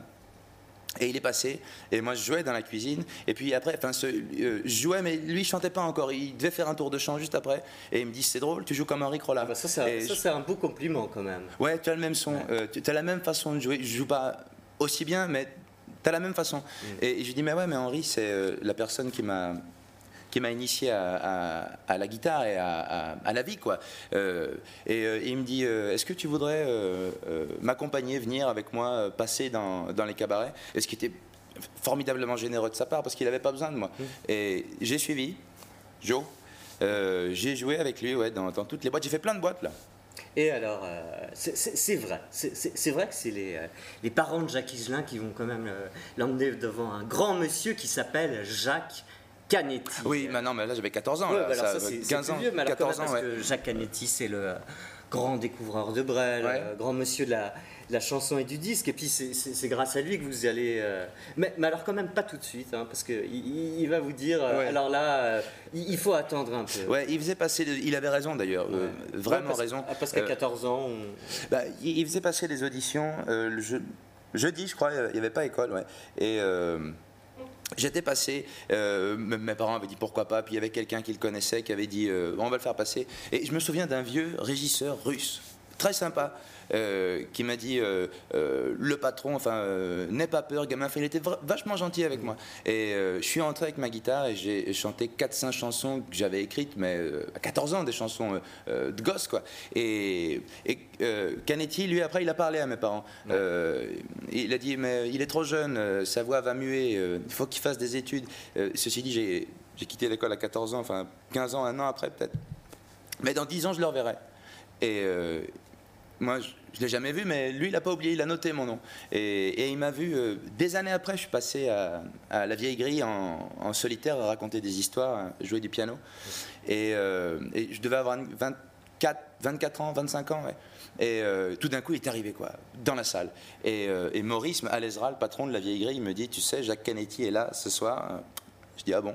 D: Et il est passé, et moi je jouais dans la cuisine, et puis après, enfin, ce, euh, je jouais, mais lui il chantait pas encore, il devait faire un tour de chant juste après, et il me dit c'est drôle, tu joues comme Henri Crolla.
C: Ah bah ça, c'est un, ça je... c'est un beau compliment quand même.
D: Ouais, tu as le même son, ouais. euh, tu as la même façon de jouer, je joue pas aussi bien, mais tu as la même façon. Mm. Et, et je lui dis, mais ouais, mais Henri, c'est euh, la personne qui m'a... qui m'a initié à, à, à la guitare et à, à, à la vie, quoi. Euh, et, euh, et il me dit, euh, est-ce que tu voudrais euh, euh, m'accompagner, venir avec moi, euh, passer dans, dans les cabarets? Et ce qui était formidablement généreux de sa part, parce qu'il n'avait pas besoin de moi. Mmh. Et j'ai suivi Joe, euh, j'ai joué avec lui, ouais, dans, dans toutes les boîtes, j'ai fait plein de boîtes, là.
C: Et alors, euh, c'est, c'est, c'est vrai, c'est, c'est, c'est vrai que c'est les, euh, les parents de Jacques Higelin qui vont quand même euh, l'emmener devant un grand monsieur qui s'appelle Jacques Canetti.
D: Oui, mais non, mais là j'avais quatorze ans,
C: ouais,
D: là,
C: bah
D: ça,
C: ça, c'est,
D: quinze
C: c'est
D: ans,
C: vieux, mais alors
D: quatorze
C: même,
D: ans,
C: parce
D: ouais.
C: que Jacques Canetti, c'est le grand découvreur de Brel, ouais. euh, grand monsieur de la, de la chanson et du disque, et puis c'est, c'est, c'est grâce à lui que vous allez... Euh... Mais, mais alors quand même pas tout de suite, hein, parce qu'il il va vous dire, euh, ouais. alors là, euh, il faut attendre un peu.
D: Ouais, il faisait passer... De... Il avait raison d'ailleurs, ouais. euh, vraiment
C: ouais, parce,
D: raison.
C: Parce qu'à quatorze ans... On...
D: Bah, il, il faisait passer des auditions, euh, le je... jeudi je crois, il n'y avait pas école, ouais. Et... Euh... J'étais passé, euh, mes parents avaient dit pourquoi pas, puis il y avait quelqu'un qui le connaissait qui avait dit euh, on va le faire passer. Et je me souviens d'un vieux régisseur russe, très sympa, euh, qui m'a dit euh, euh, le patron, enfin, euh, n'aie pas peur, gamin. Enfin, il était vra- vachement gentil avec moi. Et euh, je suis entré avec ma guitare et j'ai chanté quatre cinq chansons que j'avais écrites, mais euh, à quatorze ans, des chansons euh, de gosse, quoi. Et, et euh, Canetti, lui, après, il a parlé à mes parents. Ouais. Euh, il a dit mais il est trop jeune, euh, sa voix va muer, euh, il faut qu'il fasse des études. Euh, ceci dit, j'ai, j'ai quitté l'école à quatorze ans, enfin quinze ans, un an après peut-être. Mais dans dix ans, je le reverrai. Et euh, moi, je ne l'ai jamais vu, mais lui, il n'a pas oublié, il a noté mon nom. Et, et il m'a vu, euh, des années après, je suis passé à, à la Vieille Grille en, en solitaire à raconter des histoires, à jouer du piano. Et, euh, et je devais avoir vingt-quatre, vingt-quatre ans, vingt-cinq ans, ouais. Et euh, tout d'un coup, il est arrivé, quoi, dans la salle. Et, euh, et Maurice Alezra, le patron de la Vieille Grille, me dit, tu sais, Jacques Canetti est là ce soir. Je dis, ah bon?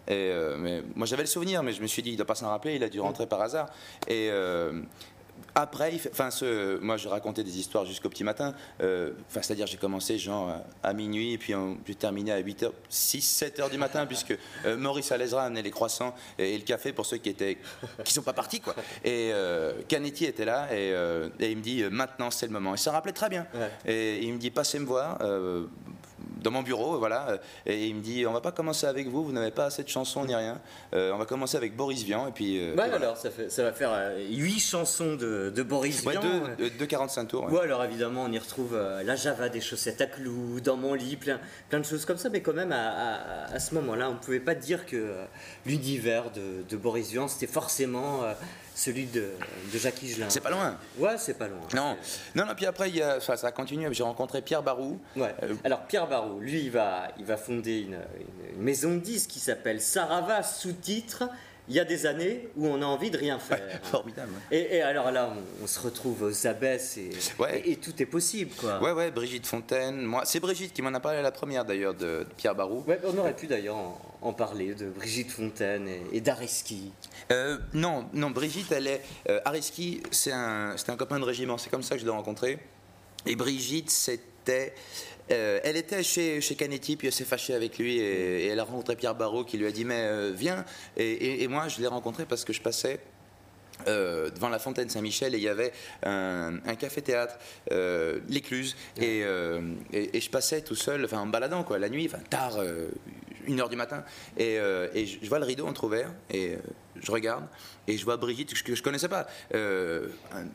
D: Et, euh, mais moi j'avais le souvenir, mais je me suis dit, il ne doit pas s'en rappeler, il a dû rentrer par hasard. Et euh, après, il fait, enfin, ce, moi je racontais des histoires jusqu'au petit matin. Euh, enfin, c'est-à-dire, j'ai commencé genre à, à minuit, et puis on, j'ai terminé à huit heures, six, sept heures du matin, puisque euh, Maurice Alezra amenait les croissants et, et le café pour ceux qui étaient, qui sont pas partis, quoi. Et euh, Canetti était là, et, euh, et il me dit, maintenant c'est le moment. Et ça rappelait très bien. Ouais. Et il me dit, passez me voir. Euh, dans mon bureau, voilà, et il me dit, on va pas commencer avec vous, vous n'avez pas assez de chansons ni rien, euh, on va commencer avec Boris Vian, et puis... Euh,
C: ouais,
D: et
C: alors, voilà. ça, fait, ça va faire euh, huit chansons de, de Boris
D: ouais,
C: Vian.
D: deux, deux quarante-cinq tours.
C: Ouais. Ouais, alors évidemment, on y retrouve euh, la Java des chaussettes à clous, Dans mon lit, plein, plein de choses comme ça, mais quand même, à, à, à ce moment-là, on ne pouvait pas dire que euh, l'univers de, de Boris Vian, c'était forcément... Euh, celui de, de Jacques Higelin.
D: C'est pas loin.
C: Ouais, c'est pas loin.
D: Non, non, non. Puis après, il y a, ça, ça a continué. J'ai rencontré Pierre Barou.
C: Ouais. Euh, Alors Pierre Barou, lui, il va, il va fonder une, une, une maison de disques qui s'appelle Sarava, sous-titre. Il y a des années où on a envie de rien faire.
D: Ouais, formidable.
C: Ouais. Et, et alors là, on, on se retrouve aux abesses et,
D: ouais.
C: et, et tout est possible, quoi.
D: Ouais, ouais. Brigitte Fontaine. Moi, c'est Brigitte qui m'en a parlé à la première d'ailleurs de, de Pierre Barou.
C: Ouais, on aurait pu d'ailleurs en, en parler de Brigitte Fontaine et, et d'Areski.
D: Euh, non, non, Brigitte, elle est. Euh, Areski, c'est un, c'est un copain de régiment, c'est comme ça que je l'ai rencontré. Et Brigitte, c'était. Euh, elle était chez, chez Canetti, puis elle s'est fâchée avec lui, et, et elle a rencontré Pierre Barou qui lui a dit, mais euh, viens. Et, et, et moi, je l'ai rencontré parce que je passais. Euh, devant la Fontaine Saint-Michel, et il y avait un, un café-théâtre, euh, l'Écluse, et, euh, et, et je passais tout seul, enfin en me baladant quoi, la nuit, enfin tard, euh, une heure du matin, et, euh, et je, je vois le rideau entrouvert, et euh, je regarde, et je vois Brigitte que je, je connaissais pas, euh, un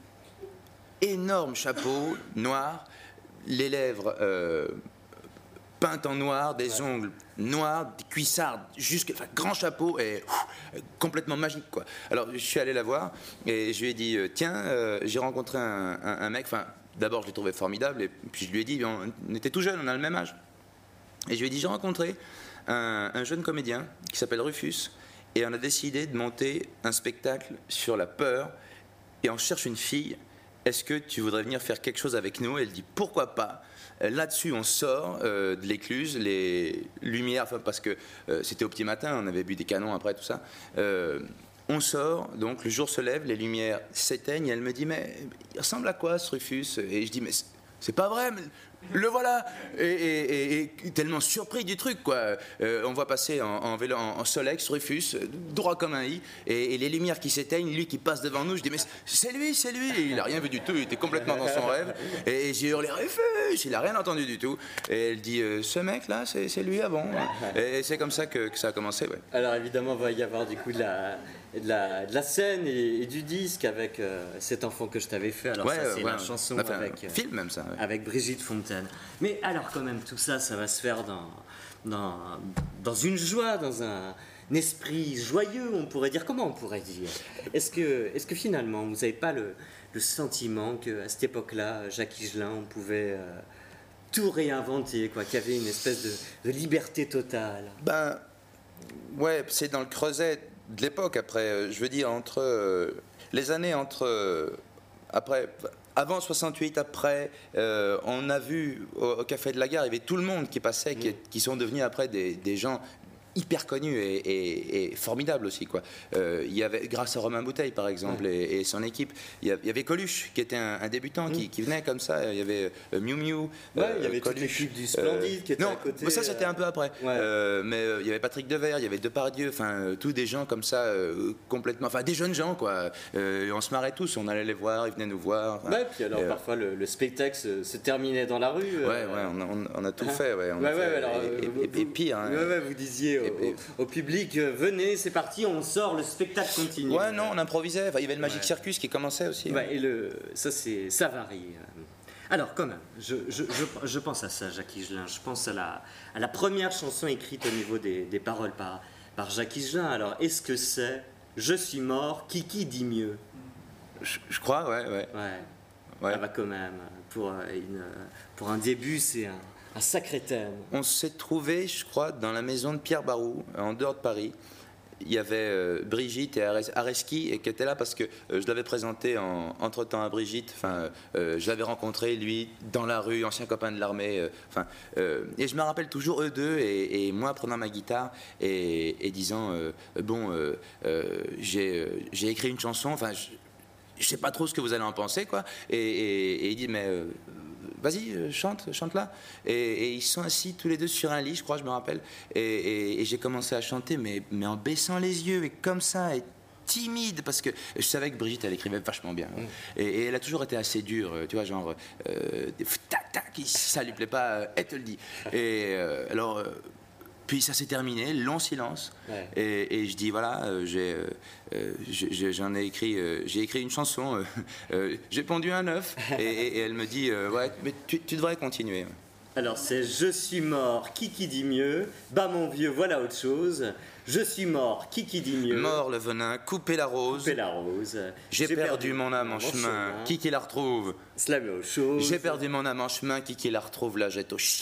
D: énorme chapeau noir, les lèvres euh, peintes en noir, des ouais. ongles noirs, des cuissards, jusque, enfin, grand chapeau et ouf, complètement magique quoi. Alors je suis allé la voir et je lui ai dit euh, tiens, euh, j'ai rencontré un, un, un mec. Enfin, d'abord je l'ai trouvé formidable et puis je lui ai dit on, on était tout jeunes, on a le même âge. Et je lui ai dit j'ai rencontré un, un jeune comédien qui s'appelle Rufus et on a décidé de monter un spectacle sur la peur et on cherche une fille. Est-ce que tu voudrais venir faire quelque chose avec nous? Elle dit pourquoi pas. Là-dessus, on sort euh, de l'Écluse, les lumières, enfin, parce que euh, c'était au petit matin, on avait bu des canons après, tout ça. Euh, on sort, donc le jour se lève, les lumières s'éteignent, et elle me dit, mais il ressemble à quoi ce Rufus? Et je dis, mais c'est pas vrai, mais le voilà. Et, et, et, et tellement surpris du truc, quoi. Euh, on voit passer en, en, vélo, en, en Solex, Rufus, droit comme un i, et, et les lumières qui s'éteignent, lui qui passe devant nous, je dis, mais c'est lui, c'est lui. Et il n'a rien vu du tout, il était complètement dans son rêve. Et j'ai hurlé, Rufus, il n'a rien entendu du tout. Et elle dit, euh, ce mec-là, c'est lui avant. Et c'est comme ça que, que ça a commencé, ouais.
C: Alors évidemment, il va y avoir du coup de la... De la, de la scène et, et du disque avec euh, cet enfant que je t'avais fait. Alors
D: ouais,
C: ça c'est
D: ouais,
C: la chanson
D: enfin,
C: avec
D: un film même ça. Ouais.
C: Avec Brigitte Fontaine. Mais alors quand même tout ça, ça va se faire dans dans dans une joie, dans un, un esprit joyeux, on pourrait dire. Comment on pourrait dire? Est-ce que est-ce que finalement vous n'avez pas le, le sentiment qu'à cette époque-là, Jacques Higelin, on pouvait euh, tout réinventer, quoi, qu'il y avait une espèce de, de liberté totale?
D: Ben ouais, c'est dans le creuset de l'époque. Après, je veux dire, entre euh, les années entre euh, après, avant soixante-huit, après, euh, on a vu au, au Café de la Gare, il y avait tout le monde qui passait, mmh. qui, qui sont devenus après des, des gens hyper connus et, et, et formidables aussi, quoi. Euh, il y avait, grâce à Romain Bouteille par exemple, ouais. et, et son équipe, il y avait Coluche qui était un, un débutant, mmh. qui, qui venait comme ça. Il y avait euh, Miu Miu,
C: ouais,
D: euh,
C: il y avait
D: Coluche,
C: toute l'équipe du Splendide euh, qui était
D: non,
C: à côté.
D: Mais ça c'était un peu après.
C: Ouais.
D: Euh, mais euh, il y avait Patrick Devers, il y avait Depardieu, enfin euh, tous des gens comme ça, euh, complètement, enfin des jeunes gens, quoi. Euh, on se marrait tous, on allait les voir, ils venaient nous voir.
C: Ouais, puis alors euh, parfois le, le spectacle se, se terminait dans la rue.
D: Ouais, euh, ouais, on a, on, on a tout hein? fait, ouais. On
C: ouais,
D: a
C: ouais,
D: fait,
C: alors,
D: et,
C: vous,
D: et, et, et pire. Hein,
C: ouais, ouais, vous disiez au, et, au, au public. Venez, c'est parti, on sort, le spectacle continue.
D: Ouais, non, on improvisait. Enfin, il y avait le Magic ouais. Circus qui commençait aussi.
C: Ouais, et le, ça, c'est, ça varie. Alors, quand même, je, je, je, je pense à ça, Jacques Higelin. Je pense à la, à la première chanson écrite au niveau des, des paroles par, par Jacques Higelin. Alors, est-ce que c'est « Je suis mort, Kiki dit mieux »
D: je, je crois, ouais, ouais.
C: Ouais,
D: ouais.
C: Ah bah quand même, pour, une, pour un début, c'est un... un sacré thème.
D: On s'est trouvé, je crois, dans la maison de Pierre Barou, en dehors de Paris. il y avait euh, Brigitte et Ares- Areski et qui étaient là parce que euh, je l'avais présenté en, entre-temps à Brigitte. Enfin, euh, je l'avais rencontré, lui, dans la rue, ancien copain de l'armée. euh, Enfin, euh, et je me rappelle toujours eux deux et, et moi prenant ma guitare et, et disant euh, bon, euh, euh, j'ai, euh, j'ai écrit une chanson. Enfin, je, je sais pas trop ce que vous allez en penser, quoi. Et, et, et il dit mais euh, vas-y, euh, chante, chante là. Et, et ils sont assis tous les deux sur un lit, je crois, je me rappelle. Et, et- et j'ai commencé à chanter, mais, mais en baissant les yeux et comme ça, et timide, parce que je savais que Brigitte, elle écrivait vachement bien.
C: Mm.
D: Et, et elle a toujours été assez dure, euh, tu vois, genre, euh, des tac, tac, si ça lui plaît pas, euh, elle te le dit. Et euh, alors. euh, Puis ça s'est terminé, long silence.
C: Ouais.
D: Et, et je dis voilà, euh, j'ai, euh, euh, j'ai- j'en ai écrit, euh, j'ai écrit une chanson. euh, euh, j'ai pondu un œuf. Et, et- et elle me dit euh, ouais, mais tu, tu devrais continuer.
C: Alors c'est je suis mort, qui qui dit mieux? Bah mon vieux, voilà autre chose. Je suis mort, qui qui dit mieux?
D: Mort le venin, couper la rose.
C: Coupez la rose.
D: J'ai perdu, mon âme en chemin. Qui qui la retrouve?
C: Cela met aux choses.
D: J'ai perdu mon âme en chemin. Qui qui la retrouve? La jette au chien.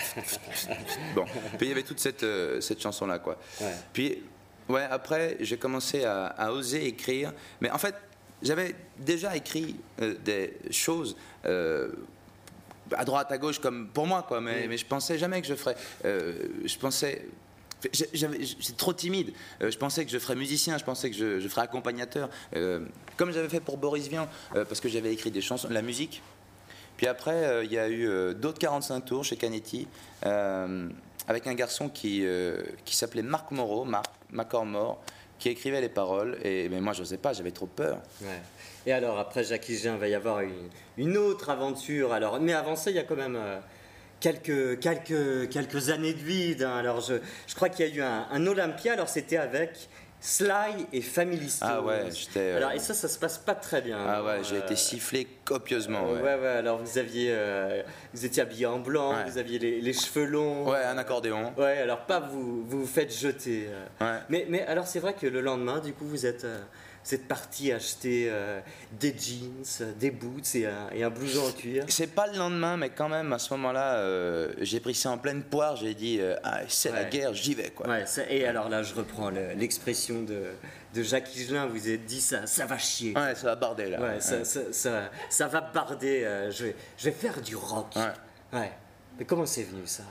D: Bon, puis il y avait toute cette euh, cette chanson là, quoi.
C: Ouais.
D: Puis ouais, après j'ai commencé à, à oser écrire, mais en fait j'avais déjà écrit euh, des choses. Euh, à droite, à gauche, comme pour moi, quoi. Mais,
C: Mm.
D: mais je pensais jamais que je ferais. euh, je pensais. J'avais, j'étais trop timide. Euh, je pensais que je ferais musicien, je pensais que je, je ferais accompagnateur. Euh, comme j'avais fait pour Boris Vian, euh, parce que j'avais écrit des chansons, de la musique. Puis après, euh, il y a eu euh, d'autres quarante-cinq tours chez Canetti, euh, avec un garçon qui, euh, qui s'appelait Marc Moreau, Marc Macormore, qui écrivait les paroles. Et, mais moi, je n'osais pas, j'avais trop peur.
C: Ouais. Et alors, après Jacques Higelin, il va y avoir une, une autre aventure. Alors, mais avant ça, il y a quand même euh, quelques, quelques, quelques années de vide. Hein. Alors, je, je crois qu'il y a eu un, un Olympia. Alors, c'était avec Sly et Family Stone.
D: Ah ouais, j'étais. euh,
C: Alors, et ça, ça se passe pas très bien.
D: ah
C: hein.
D: ouais, j'ai
C: Euh,
D: été sifflé copieusement.
C: Ouais.
D: Ouais,
C: ouais, alors vous aviez, euh, vous étiez habillé en blanc,
D: Ouais.
C: vous aviez les, les cheveux longs.
D: ouais un accordéon.
C: Ouais, alors pas vous, vous vous faites jeter. euh.
D: Ouais.
C: Mais, mais alors c'est vrai que le lendemain, du coup, vous êtes, euh, vous êtes parti acheter euh, des jeans, euh, des boots et un, et un blouson en cuir.
D: C'est pas le lendemain, mais quand même, à ce moment-là, euh, j'ai pris ça en pleine poire. J'ai dit, euh, ah, c'est la
C: Ouais.
D: guerre, j'y vais, quoi.
C: Ouais, ça- et alors là, je reprends le- l'expression de, de Jacques Higelin, vous avez dit ça, ça va chier.
D: Ouais, ça va barder, là.
C: Ouais, ça, ça, ça, ça va barder, euh, je, vais, je vais faire du rock.
D: Ouais.
C: Ouais. Mais comment c'est venu ça?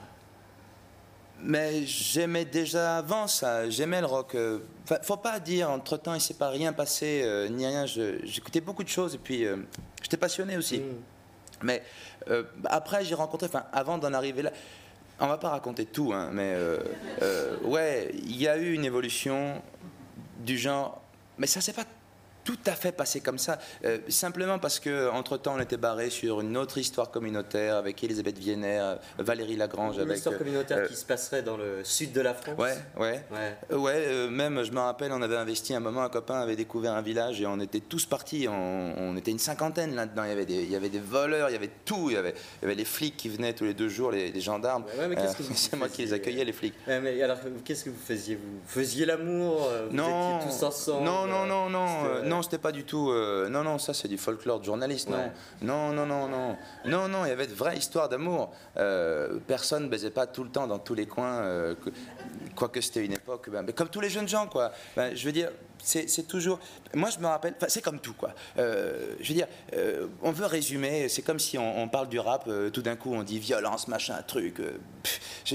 D: Mais j'aimais déjà avant ça, j'aimais le rock. euh, Enfin, faut pas dire, entre-temps, il s'est pas rien passé, euh, ni rien. Je- J'écoutais beaucoup de choses, et puis euh, j'étais passionné aussi.
C: Mm.
D: Mais euh, après, j'ai rencontré, enfin, avant d'en arriver là, on va pas raconter tout, hein, mais euh, euh, ouais, il y a eu une évolution du genre, mais ça s'est pas tout à fait passé comme ça, euh, simplement parce que entre temps on était barré sur une autre histoire communautaire avec Elisabeth Vienner, euh, Valérie Lagrange,
C: Une
D: avec
C: histoire communautaire
D: euh,
C: qui se passerait dans le sud de la France.
D: ouais, ouais.
C: Ouais.
D: Euh, Ouais, euh, même, je me rappelle, on avait investi un moment, un copain avait découvert un village et on était tous partis, on, on était une cinquantaine là-dedans, il y avait des, il y avait des voleurs, il y avait tout, il y avait, il y avait les flics qui venaient tous les deux jours, les, les gendarmes.
C: Ouais, mais qu'est-ce que vous
D: c'est moi qui les
C: faisiez
D: accueillais, les flics.
C: Ouais, mais alors, qu'est-ce que vous faisiez? Vous faisiez l'amour? euh, Vous
D: Non,
C: étiez tous ensemble?
D: non, non, non, non,
C: C'était,
D: euh, non, c'était pas du tout. euh, non, non, ça c'est du folklore de journaliste.
C: Ouais.
D: Non, non, non, non, non, non, non. Il y avait de vraies histoires d'amour. Euh, personne baisait pas tout le temps dans tous les coins. euh, que- quoique c'était une époque, ben, mais comme tous les jeunes gens, quoi. Ben, je veux dire, c'est c'est toujours. Moi, je me rappelle. Enfin, c'est comme tout, quoi. Euh, je veux dire, euh, on veut résumer. C'est comme si on, on parle du rap. euh, tout d'un coup, on dit violence, machin, truc. euh, pff, je-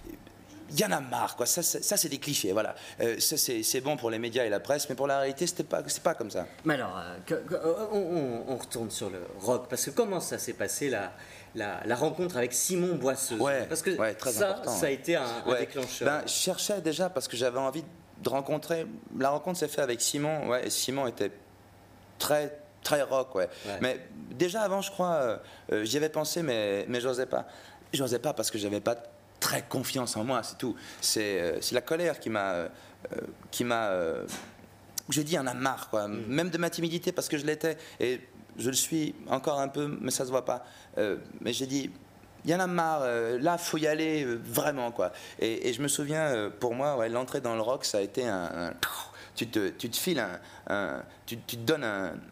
D: Il y en a marre, quoi. Ça, ça, ça, c'est des clichés, voilà. Euh, ça, c'est c'est bon pour les médias et la presse, mais pour la réalité, c'était pas, c'est pas comme ça.
C: Mais alors, euh, que- que- euh, on, on- on retourne sur le rock, parce que comment ça s'est passé la, la, la rencontre avec Simon Boisseuse?
D: Ouais,
C: parce que
D: ouais, très
C: ça,
D: important,
C: ça a
D: ouais.
C: été un, un
D: Ouais.
C: déclencheur.
D: Ben, je cherchais déjà parce que j'avais envie de rencontrer. La rencontre s'est faite avec Simon, ouais, et Simon était très, très rock, ouais.
C: Ouais.
D: Mais déjà avant, je crois, euh, euh, j'y avais pensé, mais, mais j'osais pas. J'osais pas parce que j'avais pas très confiance en moi, c'est tout. C'est euh, c'est la colère qui m'a. euh, qui m'a. euh, j'ai dit, il y en a marre, quoi.
C: Mm.
D: Même de ma timidité, parce que je l'étais. Et je le suis encore un peu, mais ça se voit pas. Euh, mais j'ai dit, il y en a marre, euh, là, faut y aller, euh, vraiment, quoi. Et, et je me souviens, euh, pour moi, ouais, l'entrée dans le rock, ça a été un. un- tu, te, tu te files un. un- tu, tu te donnes un.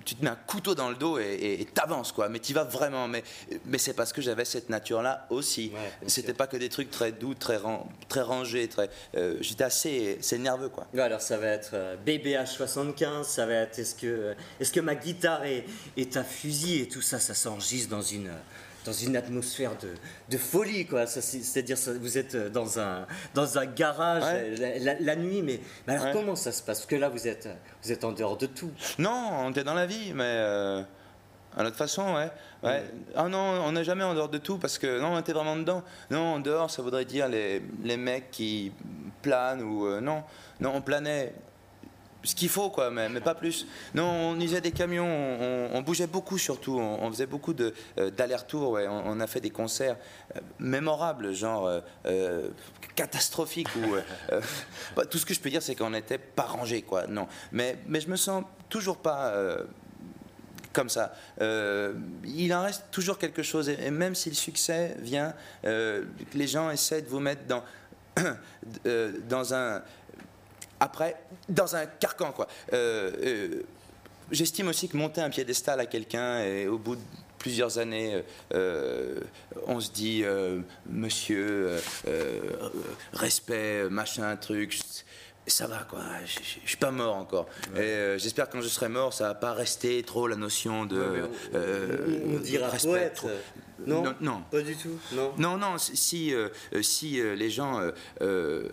D: tu te mets un couteau dans le dos et t'avances, quoi. Mais tu vas vraiment. Mais, mais c'est parce que j'avais cette nature-là aussi. Ouais, c'était pas que des trucs très doux, très, ran, très rangés. Très, euh, j'étais assez, c'est nerveux, quoi.
C: Ouais, alors ça va être euh, B B H soixante-quinze, ça va être est-ce que, est-ce que ma guitare est, est un fusil et tout ça, ça s'enregistre dans une. dans une atmosphère de, de folie, quoi. Ça, c'est-à-dire, ça, vous êtes dans un, dans un garage ouais. la, la, la nuit, mais, mais alors ouais. comment ça se passe? Parce que là, vous êtes, vous êtes en dehors de tout.
D: Non, on était dans la vie, mais euh, à notre façon, ouais. ouais. Mmh. Ah non, on n'est jamais en dehors de tout, parce que non, on était vraiment dedans. Non, en dehors, ça voudrait dire les, les mecs qui planent, ou euh, non, non, on planait. Ce qu'il faut, quoi, mais, mais pas plus. Non, on usait des camions, on, on bougeait beaucoup surtout, on, on faisait beaucoup de, euh, d'allers-retours, ouais. on, on a fait des concerts euh, mémorables, genre euh, euh, catastrophiques. Où, euh, bah, tout ce que je peux dire, c'est qu'on n'était pas rangés, quoi. Non, mais, mais je me sens toujours pas euh, comme ça. Euh, il en reste toujours quelque chose, et, et même si le succès vient, euh, les gens essaient de vous mettre dans, euh, dans un... Après, dans un carcan, quoi. Euh, euh, j'estime aussi que monter un piédestal à quelqu'un, et au bout de plusieurs années, euh, on se dit, euh, monsieur, euh, respect, machin, truc, ça va, quoi. Je ne suis pas mort encore. Ouais. Et euh, j'espère que quand je serai mort, ça ne va pas rester trop la notion de
C: ouais, on, euh, on, on dira respect. Poète. Trop... Non, non, non, pas du tout. Non,
D: non, non si, euh, si euh, les gens... Euh,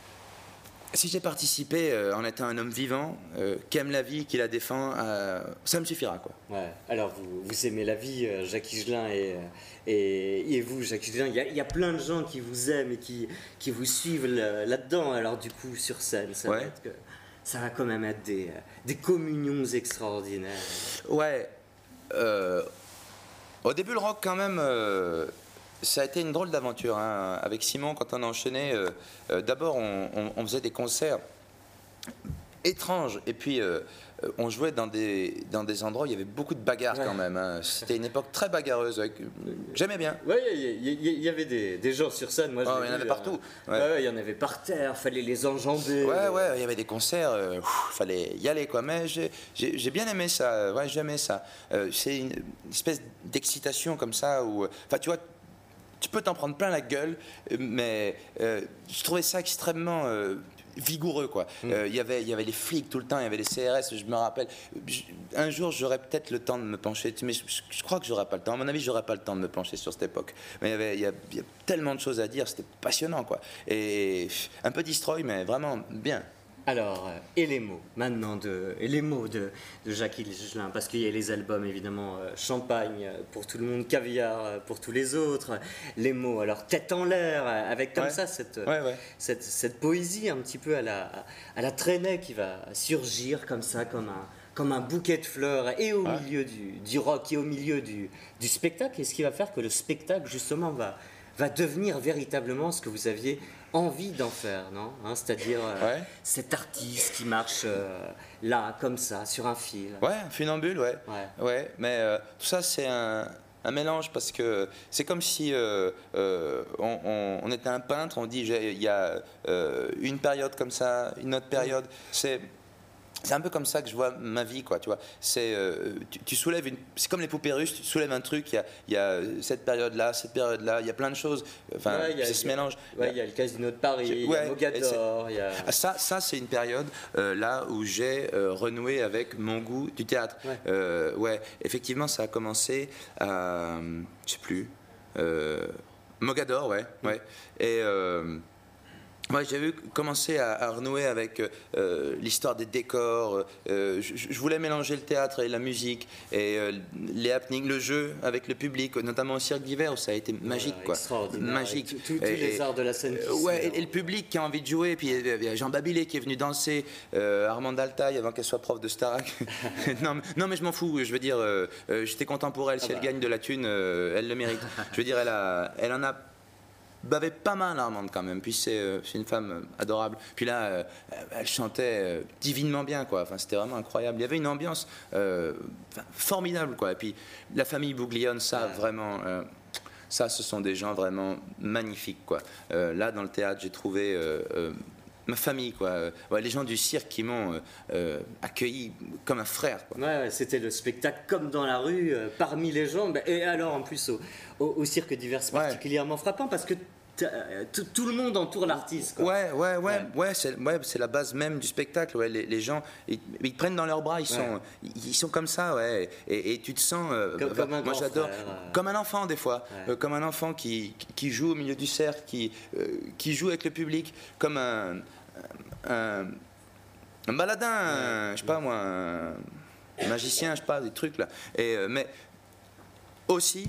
D: Si j'ai participé euh, en étant un homme vivant, euh, qui aime la vie, qui la défend, euh, ça me suffira, quoi.
C: Ouais. Alors, vous, vous aimez la vie, euh, Jacques Higelin, et, et, et vous, Jacques Higelin, il y, y a plein de gens qui vous aiment et qui, qui vous suivent là-dedans. Alors, du coup, sur scène, ça, ouais. va, être que, ça va quand même être des, des communions extraordinaires.
D: Ouais. Euh, au début, le rock, quand même... Euh, ça a été une drôle d'aventure, hein. Avec Simon, quand on a enchaîné, euh, euh, d'abord on, on, on faisait des concerts étranges, et puis euh, on jouait dans des, dans des endroits où il y avait beaucoup de bagarres, ouais. quand même, hein. C'était une époque très bagarreuse, avec... j'aimais bien.
C: Oui, il y, y, y avait des, des gens sur scène, moi je
D: oh, il y en avait partout.
C: Il ouais. ouais, y en avait par terre, fallait les enjamber.
D: Ouais, ouais, il y avait des concerts, il euh, fallait y aller, quoi. Mais j'ai, j'ai, j'ai bien aimé ça, ouais, j'aimais ça. Euh, c'est une, une espèce d'excitation comme ça, où... Enfin, tu vois, tu peux t'en prendre plein la gueule, mais euh, je trouvais ça extrêmement euh, vigoureux, quoi. Il euh, y avait, y avait les flics tout le temps, il y avait les C R S, je me rappelle. Je, un jour, j'aurais peut-être le temps de me pencher, mais je, je crois que j'aurais pas le temps. À mon avis, j'aurais pas le temps de me pencher sur cette époque. Mais il y avait, y a, y a tellement de choses à dire, c'était passionnant, quoi. Et un peu destroy, mais vraiment bien.
C: Alors, euh, et les mots, maintenant, de, et les mots de, de Jacques Higelin, parce qu'il y a les albums, évidemment, euh, Champagne pour tout le monde, Caviar pour tous les autres, les mots, alors Tête en l'air, avec comme ouais. ça cette,
D: ouais, ouais.
C: Cette, cette poésie un petit peu à la, à la Trenet qui va surgir comme ça, comme un, comme un bouquet de fleurs, et au ouais. milieu du, du rock, et au milieu du, du spectacle, et ce qui va faire que le spectacle, justement, va, va devenir véritablement ce que vous aviez envie d'en faire, non hein, c'est-à-dire euh, ouais. cet artiste qui marche euh, là, comme ça, sur un fil.
D: Ouais, un funambule, ouais.
C: Ouais,
D: ouais mais euh, tout ça, c'est un, un mélange, parce que c'est comme si euh, euh, on, on, on était un peintre, on dit il y a euh, une période comme ça, une autre période. C'est... C'est un peu comme ça que je vois ma vie, quoi, tu vois. C'est, euh, tu, tu soulèves une... C'est comme les poupées russes, tu soulèves un truc, il y a, il y a cette période-là, cette période-là, il y a plein de choses, enfin,
C: ouais, y a,
D: ça se mélange.
C: Ouais, il y a le Casino de Paris, il ouais, y a Mogador, il y a...
D: Ça, ça c'est une période, euh, là, où j'ai euh, renoué avec mon goût du théâtre. Ouais, euh, ouais effectivement, ça a commencé à... Je sais plus... Euh, Mogador, ouais, ouais. Et... Euh, Ouais, j'ai vu commencer à, à renouer avec euh, l'histoire des décors. Euh, je, je voulais mélanger le théâtre et la musique, et euh, les happenings, le jeu avec le public, notamment au Cirque d'hiver où ça a été magique, ouais, quoi. Magique.
C: Tous les arts de la scène.
D: Euh, ouais, et, et le public qui a envie de jouer. Puis il y a Jean Babilé qui est venu danser, euh, Armand Altaï avant qu'elle soit prof de Starac. non, mais, non, mais je m'en fous. Je veux dire, euh, euh, j'étais content pour elle. Si ah bah. elle gagne de la thune, euh, elle le mérite. Je veux dire, elle a, elle en a. Bavait pas mal, Armande, quand même. Puis c'est, euh, c'est une femme euh, adorable. Puis là, euh, elle chantait euh, divinement bien, quoi. Enfin, c'était vraiment incroyable. Il y avait une ambiance euh, formidable, quoi. Et puis la famille Bouglione, ça, ouais. vraiment, euh, ça, ce sont des gens vraiment magnifiques, quoi. Euh, là, dans le théâtre, j'ai trouvé euh, euh, ma famille, quoi. Ouais, les gens du cirque qui m'ont euh, euh, accueilli comme un frère, quoi.
C: Ouais, ouais, c'était le spectacle comme dans la rue, euh, parmi les gens. Et alors, en plus, au, au, au cirque d'hiver, c'est
D: Ouais.
C: particulièrement frappant parce que tout, tout le monde entoure l'artiste, quoi.
D: Ouais, ouais, ouais,
C: Ouais.
D: ouais, c'est, ouais, c'est la base même du spectacle. Ouais. Les, les gens, ils, ils te prennent dans leurs bras, ils sont,
C: Ouais.
D: ils, ils sont comme ça, ouais. Et, et tu te sens, euh,
C: Comme- comme un
D: moi
C: grand
D: j'adore,
C: frère, euh.
D: comme un enfant des fois,
C: Ouais.
D: euh, comme un enfant qui, qui joue au milieu du cercle, qui, euh, qui joue avec le public, comme un, un, un baladin, un, je sais pas moi, un, un magicien, je sais pas, des trucs là. Et euh, mais aussi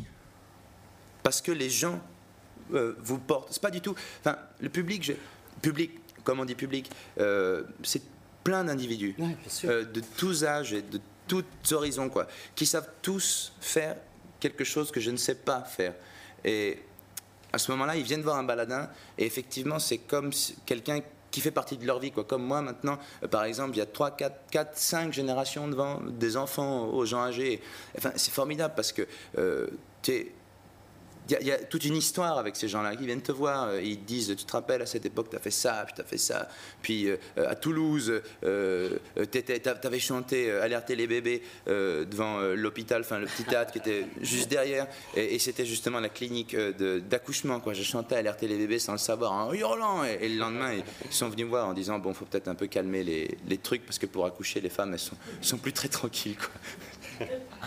D: parce que les gens euh, vous portent. C'est pas du tout. Enfin, le public, je- public, comme on dit public, euh, c'est plein d'individus
C: Ouais, bien sûr.
D: euh, de tous âges et de tous horizons, quoi, qui savent tous faire quelque chose que je ne sais pas faire. Et à ce moment-là, ils viennent voir un baladin, et effectivement, c'est comme si- quelqu'un qui fait partie de leur vie, quoi. Comme moi maintenant, euh, par exemple, il y a trois, quatre, quatre, cinq générations devant, des enfants aux gens âgés. Enfin, c'est formidable parce que euh, t'es- il y, a- il y a toute une histoire avec ces gens-là qui viennent te voir. euh, Ils te disent, tu te rappelles, à cette époque, tu as fait ça, puis tu as fait ça. Puis euh, à Toulouse, euh, tu avais chanté euh, Alerter les bébés euh, devant euh, l'hôpital, enfin le petit théâtre qui était juste derrière. Et, et c'était justement la clinique euh, de- d'accouchement, quoi. Je chantais Alerter les bébés sans le savoir, en hurlant. Et, et le lendemain, ils sont venus me voir en disant, bon, faut peut-être un peu calmer les, les trucs, parce que pour accoucher, les femmes, elles sont, elles sont plus très tranquilles, quoi.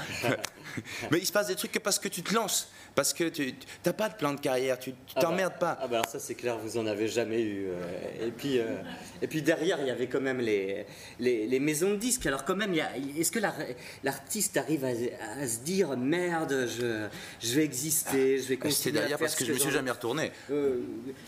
D: Mais il se passe des trucs que parce que tu te lances, parce que tu n'as pas de plan de carrière, tu tu
C: Ah bah,
D: t'emmerdes pas.
C: Ah bah alors ça c'est clair, vous en avez jamais eu. euh, Et puis, euh, et puis derrière il y avait quand même les, les, les maisons de disques. Alors quand même, il y a- est-ce que la- l'artiste arrive à, à se dire merde, je, je vais exister, je vais
D: C'était
C: continuer à
D: derrière
C: faire
D: parce que
C: ce
D: je me suis
C: dans-
D: jamais retourné.
C: Euh,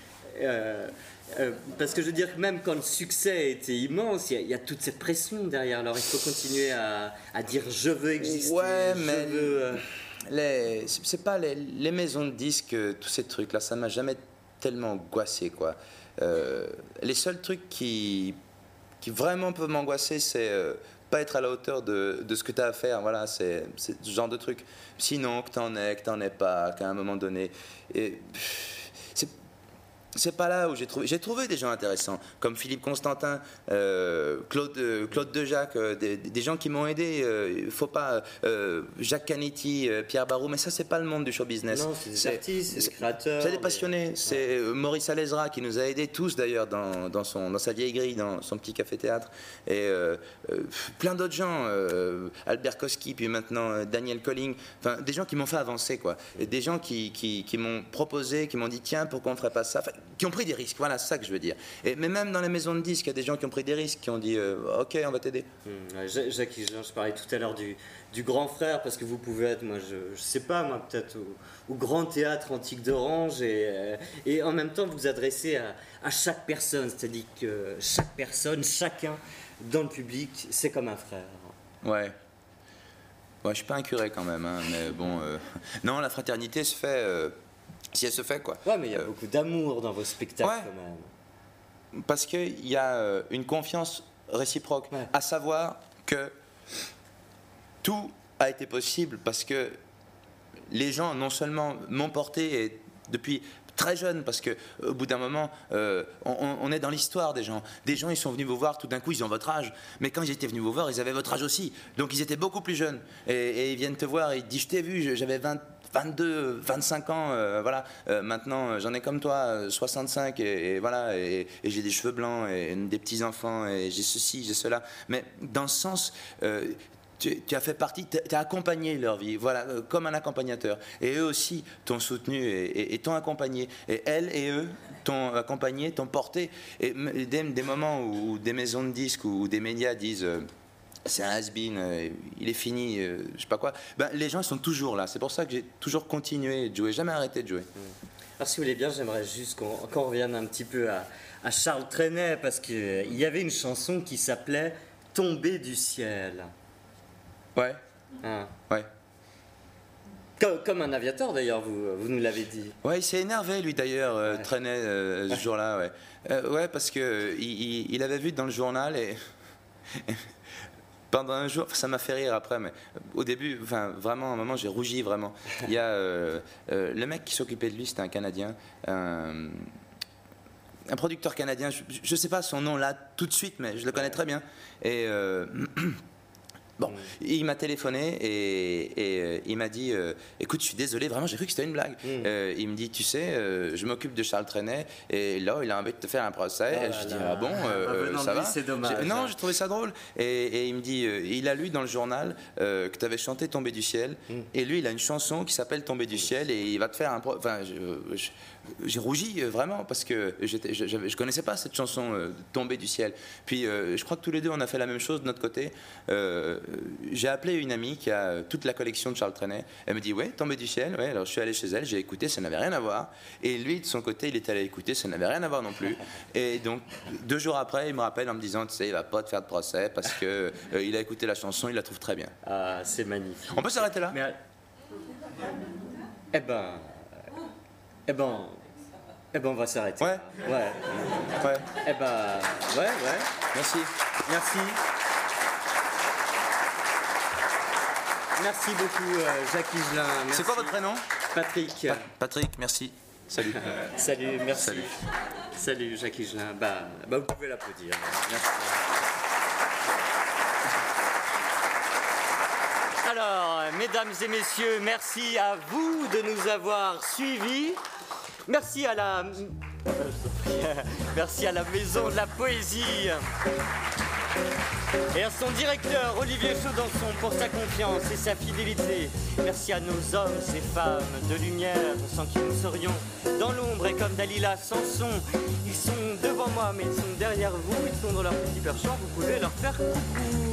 C: euh, euh, parce que je veux dire que même quand le succès était immense, il y, a- il y a toute cette pression derrière. Alors il faut continuer à, à dire je veux exister.
D: Ouais,
C: je
D: mais
C: veux, euh,
D: les, c'est c'est pas les, les maisons de disques, euh, tous ces trucs-là, ça m'a jamais tellement angoissé, quoi. Euh, les seuls trucs qui, qui vraiment peuvent m'angoisser, c'est euh, pas être à la hauteur de, de ce que tu as à faire. Voilà, c'est c'est ce genre de truc. Sinon, que t'en aies, que t'en aies pas, qu'à un moment donné. Et, pff, c'est c'est pas là où j'ai trouvé. J'ai trouvé des gens intéressants, comme Philippe Constantin, euh, Claude, euh, Claude Dejac, euh, des, des gens qui m'ont aidé. Il faut pas. euh, Jacques Canetti, euh, Pierre Barou, mais ça, c'est pas le monde du show business.
C: Non, c'est des artistes, c'est des créateurs,
D: C'est des
C: des-
D: passionnés. C'est euh, Maurice Alezra qui nous a aidés tous d'ailleurs dans, dans, son, dans sa vieille grille, dans son petit café-théâtre. Et euh, euh, plein d'autres gens, euh, Albert Koski, puis maintenant euh, Daniel Colling. Enfin, des gens qui m'ont fait avancer, quoi. Et des gens qui, qui, qui m'ont proposé, qui m'ont dit tiens, pourquoi on ne ferait pas ça, enfin, qui ont pris des risques. Voilà, c'est ça que je veux dire. Et, mais même dans les maisons de disques, il y a des gens qui ont pris des risques, qui ont dit euh, ok, on va t'aider.
C: Hum, ouais, Ja- Jacques Higelin, je parlais tout à l'heure du, du grand frère, parce que vous pouvez être, moi je, je sais pas, moi peut-être au, au grand théâtre antique d'Orange, et, euh, et en même temps vous vous adressez à, à chaque personne, c'est-à-dire que chaque personne, chacun dans le public, c'est comme un frère.
D: Ouais. Ouais, je suis pas un curé quand même, hein, mais bon. euh, Non, la fraternité se fait. euh, Si elle se fait, quoi.
C: Ouais, mais il y a
D: Euh,
C: beaucoup d'amour dans vos spectacles
D: ouais.
C: quand même.
D: Parce qu'il y a euh, une confiance réciproque,
C: Ouais.
D: à savoir que tout a été possible parce que les gens non seulement m'ont porté et depuis très jeune, parce que au bout d'un moment, euh, on, on est dans l'histoire des gens. Des gens, ils sont venus vous voir, tout d'un coup, ils ont votre âge. Mais quand ils étaient venus vous voir, ils avaient votre âge aussi. Donc ils étaient beaucoup plus jeunes. Et, et ils viennent te voir et ils te disent, je t'ai vu, j'avais vingt, vingt-deux, vingt-cinq ans, euh, voilà. Euh, maintenant, j'en ai comme toi, euh, soixante-cinq, et, et voilà, et, et j'ai des cheveux blancs, et, des petits-enfants, et j'ai ceci, j'ai cela. Mais dans ce sens... euh, tu, tu as fait partie, tu as accompagné leur vie, voilà, euh, comme un accompagnateur. Et eux aussi t'ont soutenu et, et, et t'ont accompagné. Et elles et eux t'ont accompagné, t'ont porté. Et m- des, des moments où des maisons de disques ou, ou des médias disent euh, c'est un has-been, euh, il est fini, euh, je sais pas quoi, ben, les gens ils sont toujours là. C'est pour ça que j'ai toujours continué de jouer, jamais arrêté de jouer.
C: Alors si vous voulez bien, j'aimerais juste qu'on qu'on revienne un petit peu à, à Charles Trenet, parce qu'il y avait une chanson qui s'appelait « Tomber du ciel
D: Ouais, ».
C: Hein.
D: ouais.
C: Comme, comme un aviateur d'ailleurs, vous, vous nous l'avez dit.
D: Ouais, il s'est énervé lui d'ailleurs, euh,
C: Ouais.
D: Trenet, euh, ce jour-là, ouais. Euh, ouais, parce que euh, il, il- il avait vu dans le journal et pendant un jour, ça m'a fait rire après, mais au début, enfin vraiment, à un moment, j'ai rougi vraiment. Il y a euh, euh, le mec qui s'occupait de lui, c'était un Canadien. un- un producteur canadien, je ne sais pas son nom là tout de suite, mais je le connais très bien. Et euh, bon, il m'a téléphoné et, et euh, il m'a dit euh, écoute, je suis désolé, vraiment, j'ai cru que c'était une blague. Mm. Euh, il me dit tu sais, euh, je m'occupe de Charles Trenet et là, il a envie de te faire un procès.
C: Oh
D: et je dis
C: là.
D: ah bon, euh,
C: ah,
D: ça
C: lui,
D: va.
C: C'est dommage.
D: Non, j'ai trouvé ça drôle. Et, et il me dit euh, il a lu dans le journal euh, que tu avais chanté Tomber du ciel. Mm. Et lui, il a une chanson qui s'appelle Tomber du ciel et il va te faire un. Pro... Enfin, je, je, j'ai rougi euh, vraiment parce que j'étais, je ne connaissais pas cette chanson euh, Tomber du ciel. Puis euh, je crois que tous les deux on a fait la même chose de notre côté. Euh, j'ai appelé une amie qui a toute la collection de Charles Trenet. Elle me dit ouais, Tomber du ciel. Ouais, alors je suis allé chez elle, j'ai écouté, ça n'avait rien à voir. Et lui de son côté, il est allé écouter, ça n'avait rien à voir non plus. Et donc deux jours après, il me rappelle en me disant tu sais, il va pas te faire de procès parce que euh, il a écouté la chanson, il la trouve très bien.
C: Ah, c'est magnifique.
D: On peut s'arrêter là.
C: Mais, eh ben, eh ben. Eh ben on va s'arrêter.
D: Ouais.
C: Ouais.
D: Ouais.
C: Eh ben, ouais, ouais.
D: Merci.
C: Merci. Merci beaucoup, euh, Jacques Higelin.
D: C'est quoi votre prénom?
C: Patrick.
D: Pa- Patrick, merci. Salut.
C: Salut, merci.
D: Salut.
C: Salut, Jacques Higelin. Bah, bah, vous pouvez l'applaudir. Merci. Alors, mesdames et messieurs, merci à vous de nous avoir suivis. Merci à la... Merci à la Maison de la Poésie et à son directeur Olivier Chaudançon pour sa confiance et sa fidélité. Merci à nos hommes et femmes de lumière sans qui nous serions dans l'ombre et comme Dalila Samson. Ils sont devant moi mais ils sont derrière vous, ils sont dans leur petit perchoir, vous pouvez leur faire coucou.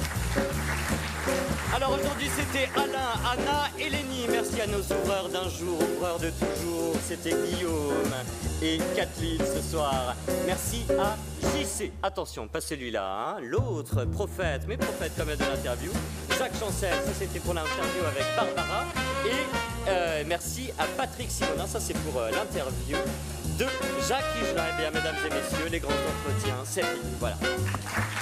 C: Alors aujourd'hui c'était Alain, Anna et Lénie. Merci à nos ouvreurs d'un jour, ouvreurs de toujours. C'était Guillaume et Kathleen ce soir. Merci à J C. Attention, pas celui-là, hein, l'autre prophète, mais prophète comme de l'interview. Jacques Chancel, ça c'était pour l'interview avec Barbara. Et euh, merci à Patrick Simonin, ça c'est pour euh, l'interview de Jacques Higelin. Eh bien mesdames et messieurs, les grands entretiens, c'est fini, voilà.